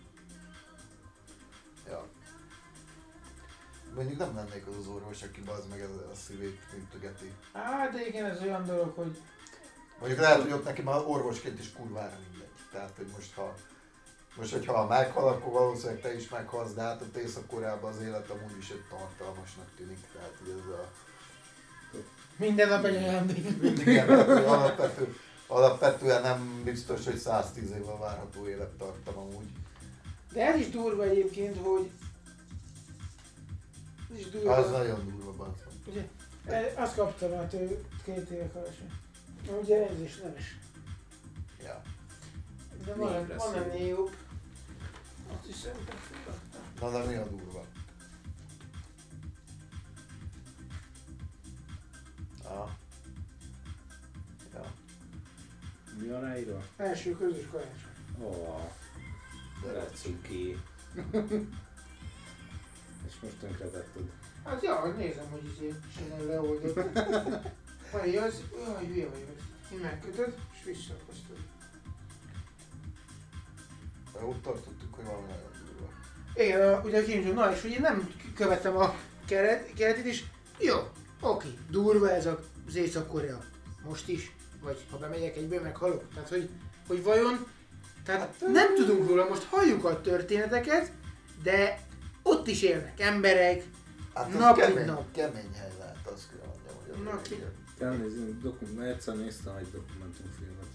[SPEAKER 1] Ja. Mondjuk nem lennék az az orvos, aki bazd meg ez- a szívét műtögeti.
[SPEAKER 2] Hát de igen, ez olyan dolog, hogy
[SPEAKER 1] Mondjuk lehet, hogy ott neki már orvosként is kurvára mindegy. Tehát, hogy most ha most, hogyha meghal, akkor valószínűleg te is meghalsz, de hát ott Észak-Koreában az élet amúgy is egy tartalmasnak tűnik. Tehát, hogy ez a...
[SPEAKER 2] minden nap egy ajándék.
[SPEAKER 1] Igen, hát, hogy alapvető, alapvetően nem biztos, hogy száztíz évvel várható élettartam amúgy.
[SPEAKER 2] De ez is durva egyébként, hogy... Ez is durva.
[SPEAKER 1] Az nagyon durva, bazd.
[SPEAKER 2] Ugye, e- azt kaptam már tő két éve karácsony. Ugye ez is neves.
[SPEAKER 1] Ja.
[SPEAKER 2] De van,
[SPEAKER 3] Névre
[SPEAKER 2] van
[SPEAKER 3] szól.
[SPEAKER 2] ennél jobb. Azt is szerintem fogadtam.
[SPEAKER 1] Na de mi a durva? Ah. Ja.
[SPEAKER 3] Mi van ráírva?
[SPEAKER 2] Első közös karácsony.
[SPEAKER 3] Ó, oh,
[SPEAKER 1] De
[SPEAKER 3] de cuki. És most tönkretetted.
[SPEAKER 2] Hát ja, hogy nézem, hogy izé, sem leoldott. Vagy az, olyan hülye vagyok. Így megkötöd, és visszakoztod.
[SPEAKER 1] ott tartottuk, hogy valami nagyon durva.
[SPEAKER 2] Igen, a, ugye a Kim Jong, na és ugye nem követtem a keret, keretét is. Jó, oké, durva ez az Észak-Korea. Most is. Vagy ha bemegyek egyből meghalok. Tehát, hogy, hogy vajon, tehát nem tudunk róla, most halljuk a történeteket, de ott is élnek emberek.
[SPEAKER 1] Hát
[SPEAKER 2] Nap,
[SPEAKER 1] az
[SPEAKER 2] mint
[SPEAKER 1] kemény,
[SPEAKER 2] nap.
[SPEAKER 1] kemény hely lehet, azt kell mondjam, hogy az
[SPEAKER 2] Na,
[SPEAKER 1] egy
[SPEAKER 2] ki-
[SPEAKER 1] ilyen-
[SPEAKER 3] Kell nézni, dokum, egyszer néztem egy dokumentumfilmet.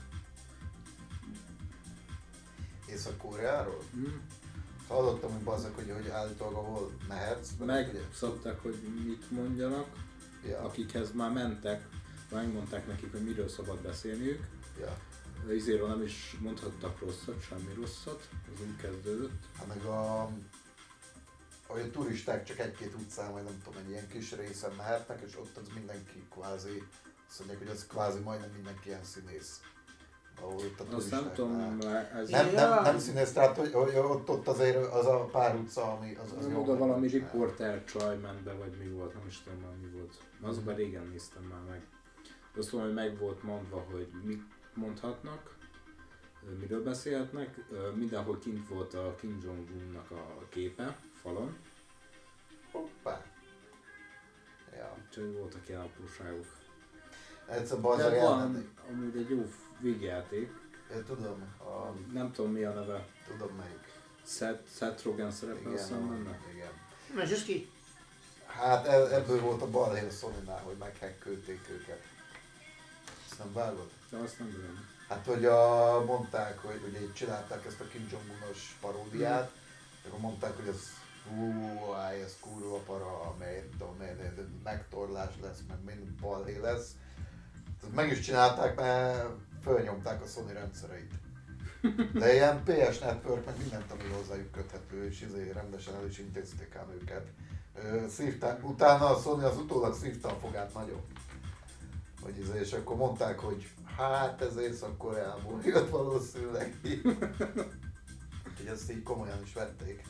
[SPEAKER 1] Észak-Koreáról?
[SPEAKER 3] Hm?
[SPEAKER 1] Hallottam, hogy bazzak, hogy, hogy állítólag ahol mehetsz. mert ugye-
[SPEAKER 3] Megszabták, hogy mit mondjanak,
[SPEAKER 1] Ja,
[SPEAKER 3] akikhez már mentek, megmondták nekik, hogy miről szabad beszélniük.
[SPEAKER 1] ja.
[SPEAKER 3] Izéről nem is mondhattak rosszat, semmi rosszat, az úgy kezdődött.
[SPEAKER 1] Hát meg a, hogy a turisták csak egy-két utcán, vagy nem tudom, egy ilyen kis részen mehetnek, és ott az mindenki kvázi, azt mondják, hogy az kvázi majdnem mindenki ilyen színész. Ahol ott a
[SPEAKER 3] Azt
[SPEAKER 1] turisták
[SPEAKER 3] nem tudom,
[SPEAKER 1] már-
[SPEAKER 3] már ez...
[SPEAKER 1] Nem, nem,
[SPEAKER 2] Ja.
[SPEAKER 1] nem színész, tehát hogy, hogy ott, ott azért az a pár utca, ami az, az
[SPEAKER 3] Az
[SPEAKER 1] jó.
[SPEAKER 3] oda valami riporter csaj ment be, vagy mi volt, nem is tudom már mi volt. Azokban régen néztem már meg. Azt tudom, hogy meg volt mondva, hogy mit mondhatnak, miről beszélhetnek. Mindenhol kint volt a Kim Jong-unnak a képe falon,
[SPEAKER 1] Hoppá. Ja.
[SPEAKER 3] úgyhogy voltak ilyen apróságok.
[SPEAKER 1] Egyszer
[SPEAKER 3] De
[SPEAKER 1] bazzag
[SPEAKER 3] van
[SPEAKER 1] elmenni.
[SPEAKER 3] amúgy egy jó végjáték,
[SPEAKER 1] Én tudom, a,
[SPEAKER 3] nem tudom mi a neve,
[SPEAKER 1] tudom melyik.
[SPEAKER 3] Seth, Seth Rogen szerepel, azt hiszem
[SPEAKER 1] a-
[SPEAKER 3] benne.
[SPEAKER 1] igen.
[SPEAKER 2] Na és ez ki?
[SPEAKER 1] Hát e- ebből volt a balhé Sony-nál, hogy meghekkelték őket. Ezt nem vágod?
[SPEAKER 3] De azt nem tudom.
[SPEAKER 1] Hát, hogy a, mondták, hogy ugye így csinálták ezt a Kim Jong-unos paródiát, és akkor mondták, hogy ez hú, áj, ez kurva para, amely tudom, megtorlás lesz, meg mind balhé lesz. Tehát meg is csinálták, mert fölnyomták a Sony rendszereit. De ilyen pé es Network, meg mindent, ami hozzájuk köthető, és izé rendesen el is intézték ám őket. Ö, szívták, utána a Sony az utólag szívta a fogát nagyon. Hogy izé, és akkor mondták, hogy hát ez Észak-Koreából jött valószínűleg. Úgyhogy ezt így komolyan is vették.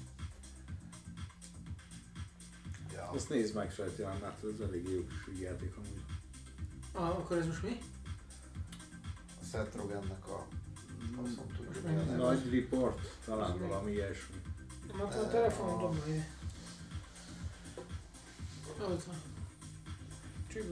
[SPEAKER 1] Ja.
[SPEAKER 3] Azt nézd meg sajtján, hát ez elég jó kis játék amúgy.
[SPEAKER 2] Ah, akkor ez most mi?
[SPEAKER 1] A Seth Rogennek a... Azt nem tudjuk,
[SPEAKER 2] Most
[SPEAKER 1] mi a
[SPEAKER 2] meg-
[SPEAKER 1] neve.
[SPEAKER 3] Nagy report, talán
[SPEAKER 2] Ez mi?
[SPEAKER 3] valami ilyesmi.
[SPEAKER 2] Nem ott van a telefonom, dobd majd ide. Ott van. Csibuk.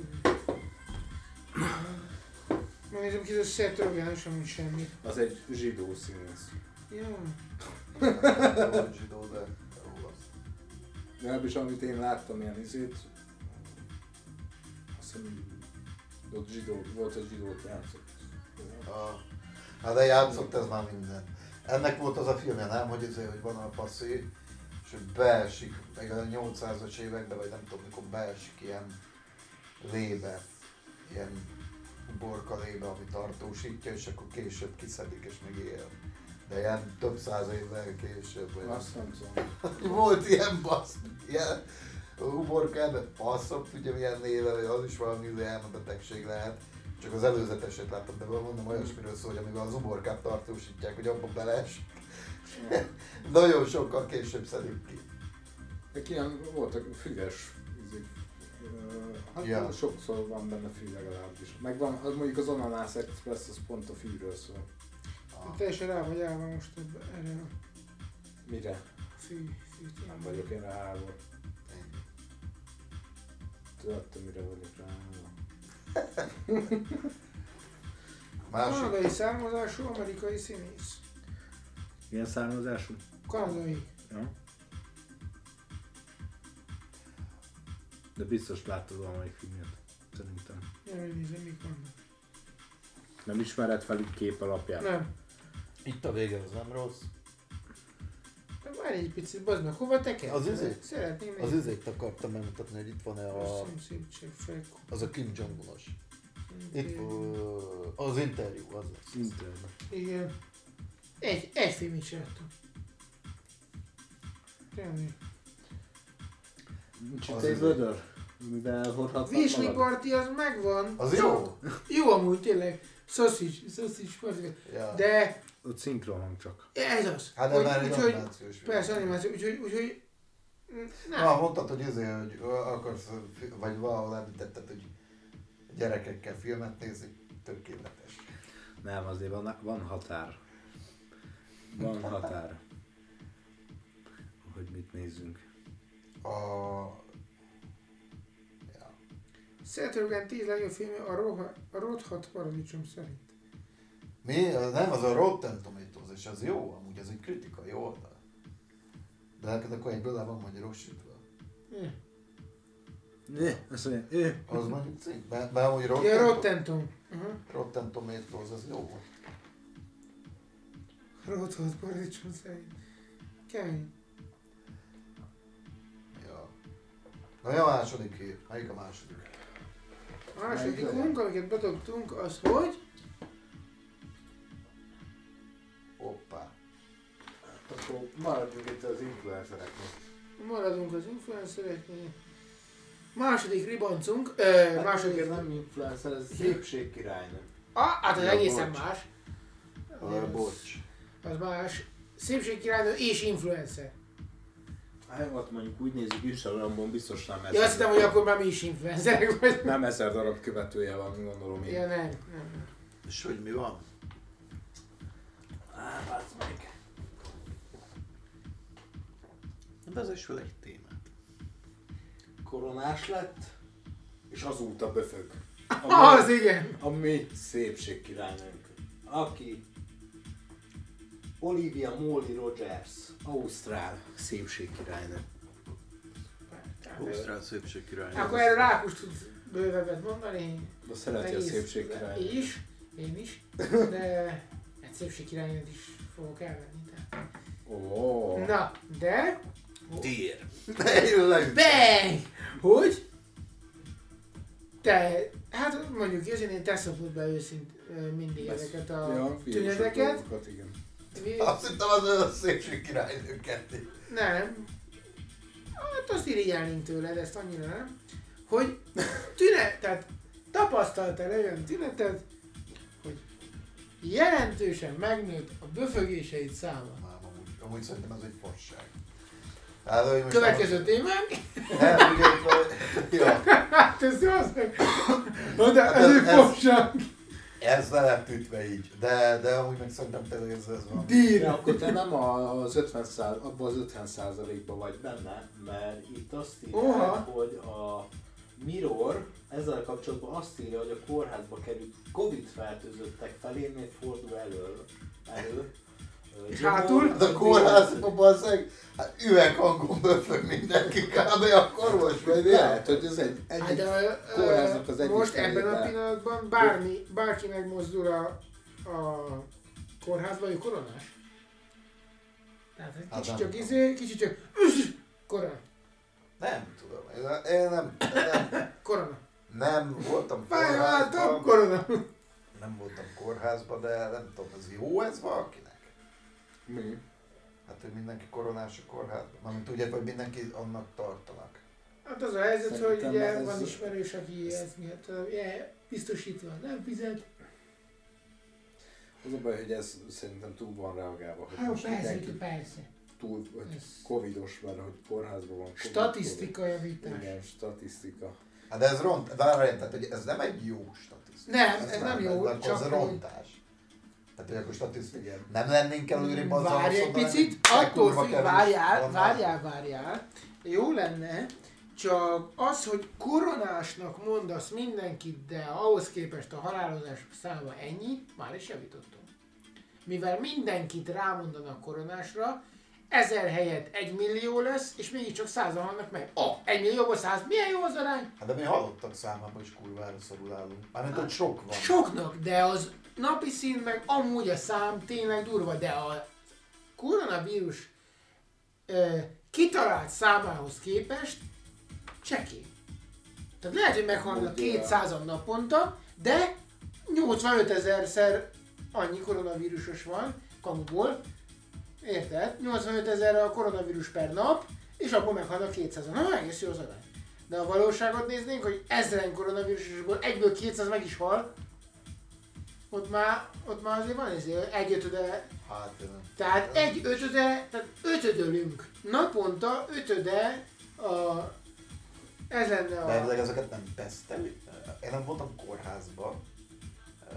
[SPEAKER 2] Megnézem ki, ez a Seth Rogen, és amúgy semmit.
[SPEAKER 3] Az egy zsidó színész.
[SPEAKER 2] Jó.
[SPEAKER 1] Volt zsidó, de jó az.
[SPEAKER 3] De ebből is amit én láttam ilyen izét, azt hiszem
[SPEAKER 5] Ott zsidó, volt a zsidót játszott.
[SPEAKER 1] A, hát de játszott ez már minden. Ennek volt az a filmje, nem? Hogy, azért, hogy van a passzi, és hogy beesik, meg a nyolcszázas években, vagy nem tudom mikor beesik ilyen lébe, ilyen uborka lébe, ami tartósítja, és akkor később kiszedik és még él. De ilyen több száz évvel később. Vagy
[SPEAKER 5] Azt nem tudom.
[SPEAKER 1] volt ilyen bassz, ilyen uborka ebben passzok, ugye milyen néve, hogy az is valami elmebetegség lehet. Csak az előzeteset láttam, de mondom olyasmiről szól, hogy amivel az uborkát tartósítják, hogy abba beleesik. Nagyon sokkal később szedik ki.
[SPEAKER 5] Ezek ilyen voltak füves ízik. Hát
[SPEAKER 1] Ja.
[SPEAKER 5] sokszor van benne fű legalábbis. Meg van, az mondjuk az Ananász Express, az pont a fűről szól.
[SPEAKER 1] Ah.
[SPEAKER 2] Teljesen rá vagy állva most ebbe, erre a
[SPEAKER 5] Mire?
[SPEAKER 2] fű, fűt.
[SPEAKER 5] Nem vagyok én ráállva. Tudod, te mire vagyok ráállva.
[SPEAKER 1] Másik.
[SPEAKER 2] Kanadai származású amerikai színész.
[SPEAKER 3] Milyen származású?
[SPEAKER 2] Kanadai.
[SPEAKER 3] Ja. De biztos láttad valamelyik filmet, szerintem.
[SPEAKER 2] Nem nézem, mik vannak.
[SPEAKER 3] Nem ismered fel itt kép alapján?
[SPEAKER 2] Nem.
[SPEAKER 1] Itt a vége, az nem rossz.
[SPEAKER 2] De várj egy picit, bazd meg, hova teker?
[SPEAKER 1] Az izé?
[SPEAKER 2] Szeretném
[SPEAKER 1] Az
[SPEAKER 2] nézni.
[SPEAKER 1] üzét akartam megmutatni, hogy itt van-e a...
[SPEAKER 2] Szomszédség, felkó.
[SPEAKER 1] Az a Kim Jong-unos. Itt ö, az interjú, az lesz.
[SPEAKER 3] Internet.
[SPEAKER 2] Igen. Egy, egy filmit csináltam. Tényleg.
[SPEAKER 3] Nincs
[SPEAKER 1] Az
[SPEAKER 3] itt egy
[SPEAKER 1] izé.
[SPEAKER 3] vödör, mivel hordhatnak
[SPEAKER 2] Virsli
[SPEAKER 3] magad?
[SPEAKER 2] parti az megvan.
[SPEAKER 1] Az jó?
[SPEAKER 2] Jó amúgy tényleg. Sausage, sausage parti.
[SPEAKER 1] Ja.
[SPEAKER 2] De
[SPEAKER 3] Ott szinkron hang csak.
[SPEAKER 2] ez az.
[SPEAKER 1] Hát de
[SPEAKER 2] Hogy-
[SPEAKER 1] már egy
[SPEAKER 2] úgyhogy-
[SPEAKER 1] animációs film.
[SPEAKER 2] Persze animáció, úgyhogy, úgyhogy nem.
[SPEAKER 1] Na, mondtad, hogy izé, hogy akarsz, vagy valahol említetted, hogy gyerekekkel filmet nézni, tökéletes.
[SPEAKER 3] Nem, azért van, van határ. Van határ. Hogy mit nézzünk.
[SPEAKER 1] A... Ja.
[SPEAKER 2] Seth Rogen tíz legjobb filmje a, Roha, a Rothat paradicsom szerint.
[SPEAKER 1] Mi? Az nem, az a Rotten Tomatoes, és az jó, amúgy ez egy kritikai oldal. De neked akkor egyből le van magyarosítva.
[SPEAKER 2] Ja,
[SPEAKER 3] Ne, azt mondja, ő.
[SPEAKER 1] Az mondjuk cím, mert, mert amúgy Rotten,
[SPEAKER 2] ja
[SPEAKER 1] Tom-
[SPEAKER 2] Rotten Tom. Uh-huh.
[SPEAKER 1] Rotten Tomatoes, az jó volt.
[SPEAKER 2] Rothat paradicsom szerint. Kemény.
[SPEAKER 1] Ja. Na, mi a második hír? Melyik a második?
[SPEAKER 2] A másodikunk, amiket bedobtunk, az hogy?
[SPEAKER 1] Hoppá.
[SPEAKER 5] Akkor maradjunk itt az influencereknek.
[SPEAKER 2] Maradunk az influencereknél. Második ribancunk, ö,
[SPEAKER 5] Hát
[SPEAKER 2] második...
[SPEAKER 5] ez nem influencer, ez szépségkirálynő.
[SPEAKER 2] Ah, hát az
[SPEAKER 1] Ja,
[SPEAKER 2] egészen
[SPEAKER 1] bocs.
[SPEAKER 2] más.
[SPEAKER 1] Uh, bocs.
[SPEAKER 2] Az más. Szépségkirálynő és influencer.
[SPEAKER 3] Hát ott mondjuk úgy nézzük, Instagramon biztos nem
[SPEAKER 2] Ja, azt
[SPEAKER 3] ezer,
[SPEAKER 2] hittem, hogy akkor már mi is influencerek vagy.
[SPEAKER 3] nem ezer darab követője van, gondolom én.
[SPEAKER 2] Ja, nem, nem, nem.
[SPEAKER 1] És hogy mi van?
[SPEAKER 3] Á, bázd meg.
[SPEAKER 1] Vezess fel egy témát.
[SPEAKER 5] Koronás lett, és azóta böfög.
[SPEAKER 2] Ah, az igen.
[SPEAKER 5] A mi szépségkirálynőnk, aki Olivia Molly Rogers,
[SPEAKER 3] Ausztrál szépségkirálynő.
[SPEAKER 1] Ausztrál szépség király.
[SPEAKER 2] Akkor erről Rákus tudsz bővebbet mondani.
[SPEAKER 3] De szereti a
[SPEAKER 2] Egész-
[SPEAKER 3] szépségkirálynő.
[SPEAKER 2] Én is, én is, de egy szépségkirálynőt is fogok elvenni. Tehát.
[SPEAKER 3] Ó,
[SPEAKER 2] Na, de...
[SPEAKER 1] Tér.
[SPEAKER 2] Bang! Hogy? Te, hát mondjuk őszintén te szokod be őszint ö, mindig
[SPEAKER 3] Besz-
[SPEAKER 2] ezeket a
[SPEAKER 3] ja,
[SPEAKER 2] tüneteket.
[SPEAKER 3] dolgokat, igen.
[SPEAKER 2] Mi-
[SPEAKER 1] Azt hittem az olyan szépség királynő kettő.
[SPEAKER 2] Nem. Hát azt irigyelnénk tőled, ezt annyira nem. Hogy tünet, tehát tapasztaltál olyan tünetet, hogy jelentősen megnőtt a böfögéseid száma.
[SPEAKER 1] Már amúgy, amúgy szerintem ez egy fasság. Hát, hogy most
[SPEAKER 2] Következő témánk.
[SPEAKER 1] Nem, ugye, itt- ja,
[SPEAKER 2] Hát ez az meg. Na de
[SPEAKER 1] Hát
[SPEAKER 2] ez
[SPEAKER 1] ez-
[SPEAKER 2] egy
[SPEAKER 1] ez-
[SPEAKER 2] fogság.
[SPEAKER 1] ez le lett ütve így, de, de amúgy meg szerintem tényleg ez, ez van.
[SPEAKER 5] De
[SPEAKER 2] Dír.
[SPEAKER 5] akkor te nem a- az ötven száz, abban az ötven százalékban vagy benne, mert itt azt írja,
[SPEAKER 2] Oha.
[SPEAKER 5] hogy a Mirror ezzel kapcsolatban azt írja, hogy a kórházba került Covid fertőzöttek felénél fordul elő, elő
[SPEAKER 2] És hátul?
[SPEAKER 1] Hát a kórházban bazzeg, hát üveghangon böfög mindenki kb. Akkor most vagy
[SPEAKER 5] Lehet, hogy ez egy,
[SPEAKER 2] Hát
[SPEAKER 5] egyik
[SPEAKER 2] de,
[SPEAKER 5] kórháznak az
[SPEAKER 2] ö,
[SPEAKER 5] egyik
[SPEAKER 2] most ebben a
[SPEAKER 5] felében.
[SPEAKER 2] pillanatban bármi, bárki megmozdul a, a kórházba, ő koronás. Tehát egy
[SPEAKER 1] Hát
[SPEAKER 2] kicsit
[SPEAKER 1] nem
[SPEAKER 2] csak
[SPEAKER 1] tudom.
[SPEAKER 2] izé, kicsit csak korona,
[SPEAKER 1] Nem tudom, én- én nem, nem,
[SPEAKER 2] korona.
[SPEAKER 1] nem voltam
[SPEAKER 2] Várjátok,
[SPEAKER 1] kórházban,
[SPEAKER 2] korona.
[SPEAKER 1] nem voltam kórházban, de nem tudom, ez jó ez valakinek?
[SPEAKER 5] Mi?
[SPEAKER 1] Hát, hogy mindenki koronás a kórházban. Mármint ugye, hogy mindenki annak tartanak.
[SPEAKER 2] Hát az a helyzet, hogy
[SPEAKER 5] Szerintem
[SPEAKER 2] ugye
[SPEAKER 5] ez-
[SPEAKER 2] van ismerős, aki ez miatt ugye, biztosítva nem fizet.
[SPEAKER 5] Az a baj, hogy ez szerintem túl van reagálva, hogy
[SPEAKER 2] Hát
[SPEAKER 5] most
[SPEAKER 2] persze,
[SPEAKER 5] mindenki
[SPEAKER 2] persze.
[SPEAKER 5] túl, hogy
[SPEAKER 2] Ez
[SPEAKER 5] covidos, mert hogy kórházban van. Covid,
[SPEAKER 2] statisztika
[SPEAKER 5] Covid.
[SPEAKER 2] javítás.
[SPEAKER 5] Igen, statisztika.
[SPEAKER 1] Hát de ez ront, várjál, tehát hogy ez nem egy jó statisztika.
[SPEAKER 2] Nem, ez nem jó,
[SPEAKER 1] ez,
[SPEAKER 2] csak
[SPEAKER 1] ez
[SPEAKER 2] hogy-
[SPEAKER 1] rontás. Tehát, hogy akkor statisztika.
[SPEAKER 5] Igen.
[SPEAKER 1] Nem lennénk előrébb az
[SPEAKER 2] Várj egy
[SPEAKER 1] alapszabály,
[SPEAKER 2] picit,
[SPEAKER 1] hogy
[SPEAKER 2] attól
[SPEAKER 1] kurva
[SPEAKER 2] függ,
[SPEAKER 1] kevés
[SPEAKER 2] várjál,
[SPEAKER 1] van
[SPEAKER 2] várjál, várjál. Jó lenne, csak az, hogy koronásnak mondasz mindenkit, de ahhoz képest a halálozások száma ennyi, már is javítottunk. Mivel mindenkit rámondanak koronásra, ezer helyett egy millió lesz, és mégiscsak százan halnak meg. Ah, egy millióból száz, milyen jó az arány?
[SPEAKER 1] Hát de mi halottak számában is kurvára szorul állunk. Mármint, hogy sok van.
[SPEAKER 2] Soknak, de az napi szint meg amúgy a szám tényleg durva, de a koronavírus ö, kitalált számához képest csekély. Tehát lehet, hogy meghalnak
[SPEAKER 5] Ugye.
[SPEAKER 2] kétszázan naponta, de nyolcvanöt ezerszer annyi koronavírusos van kamuból. Érted? nyolcvanöt ezer a koronavírus per nap, és abból meghalnak kétszázan. Na, egész jó az arány. De a valóságot néznénk, hogy ezren koronavírusosból egyből kétszáz meg is hal, ott már, ott már azért van ezért egy ötöde,
[SPEAKER 1] Hát, nem.
[SPEAKER 2] tehát egy ötöde, tehát ötödölünk. Naponta ötöde a, ez lenne
[SPEAKER 1] De
[SPEAKER 2] a...
[SPEAKER 1] elvileg ezeket nem tesztelik. Én nem voltam kórházban. Ö,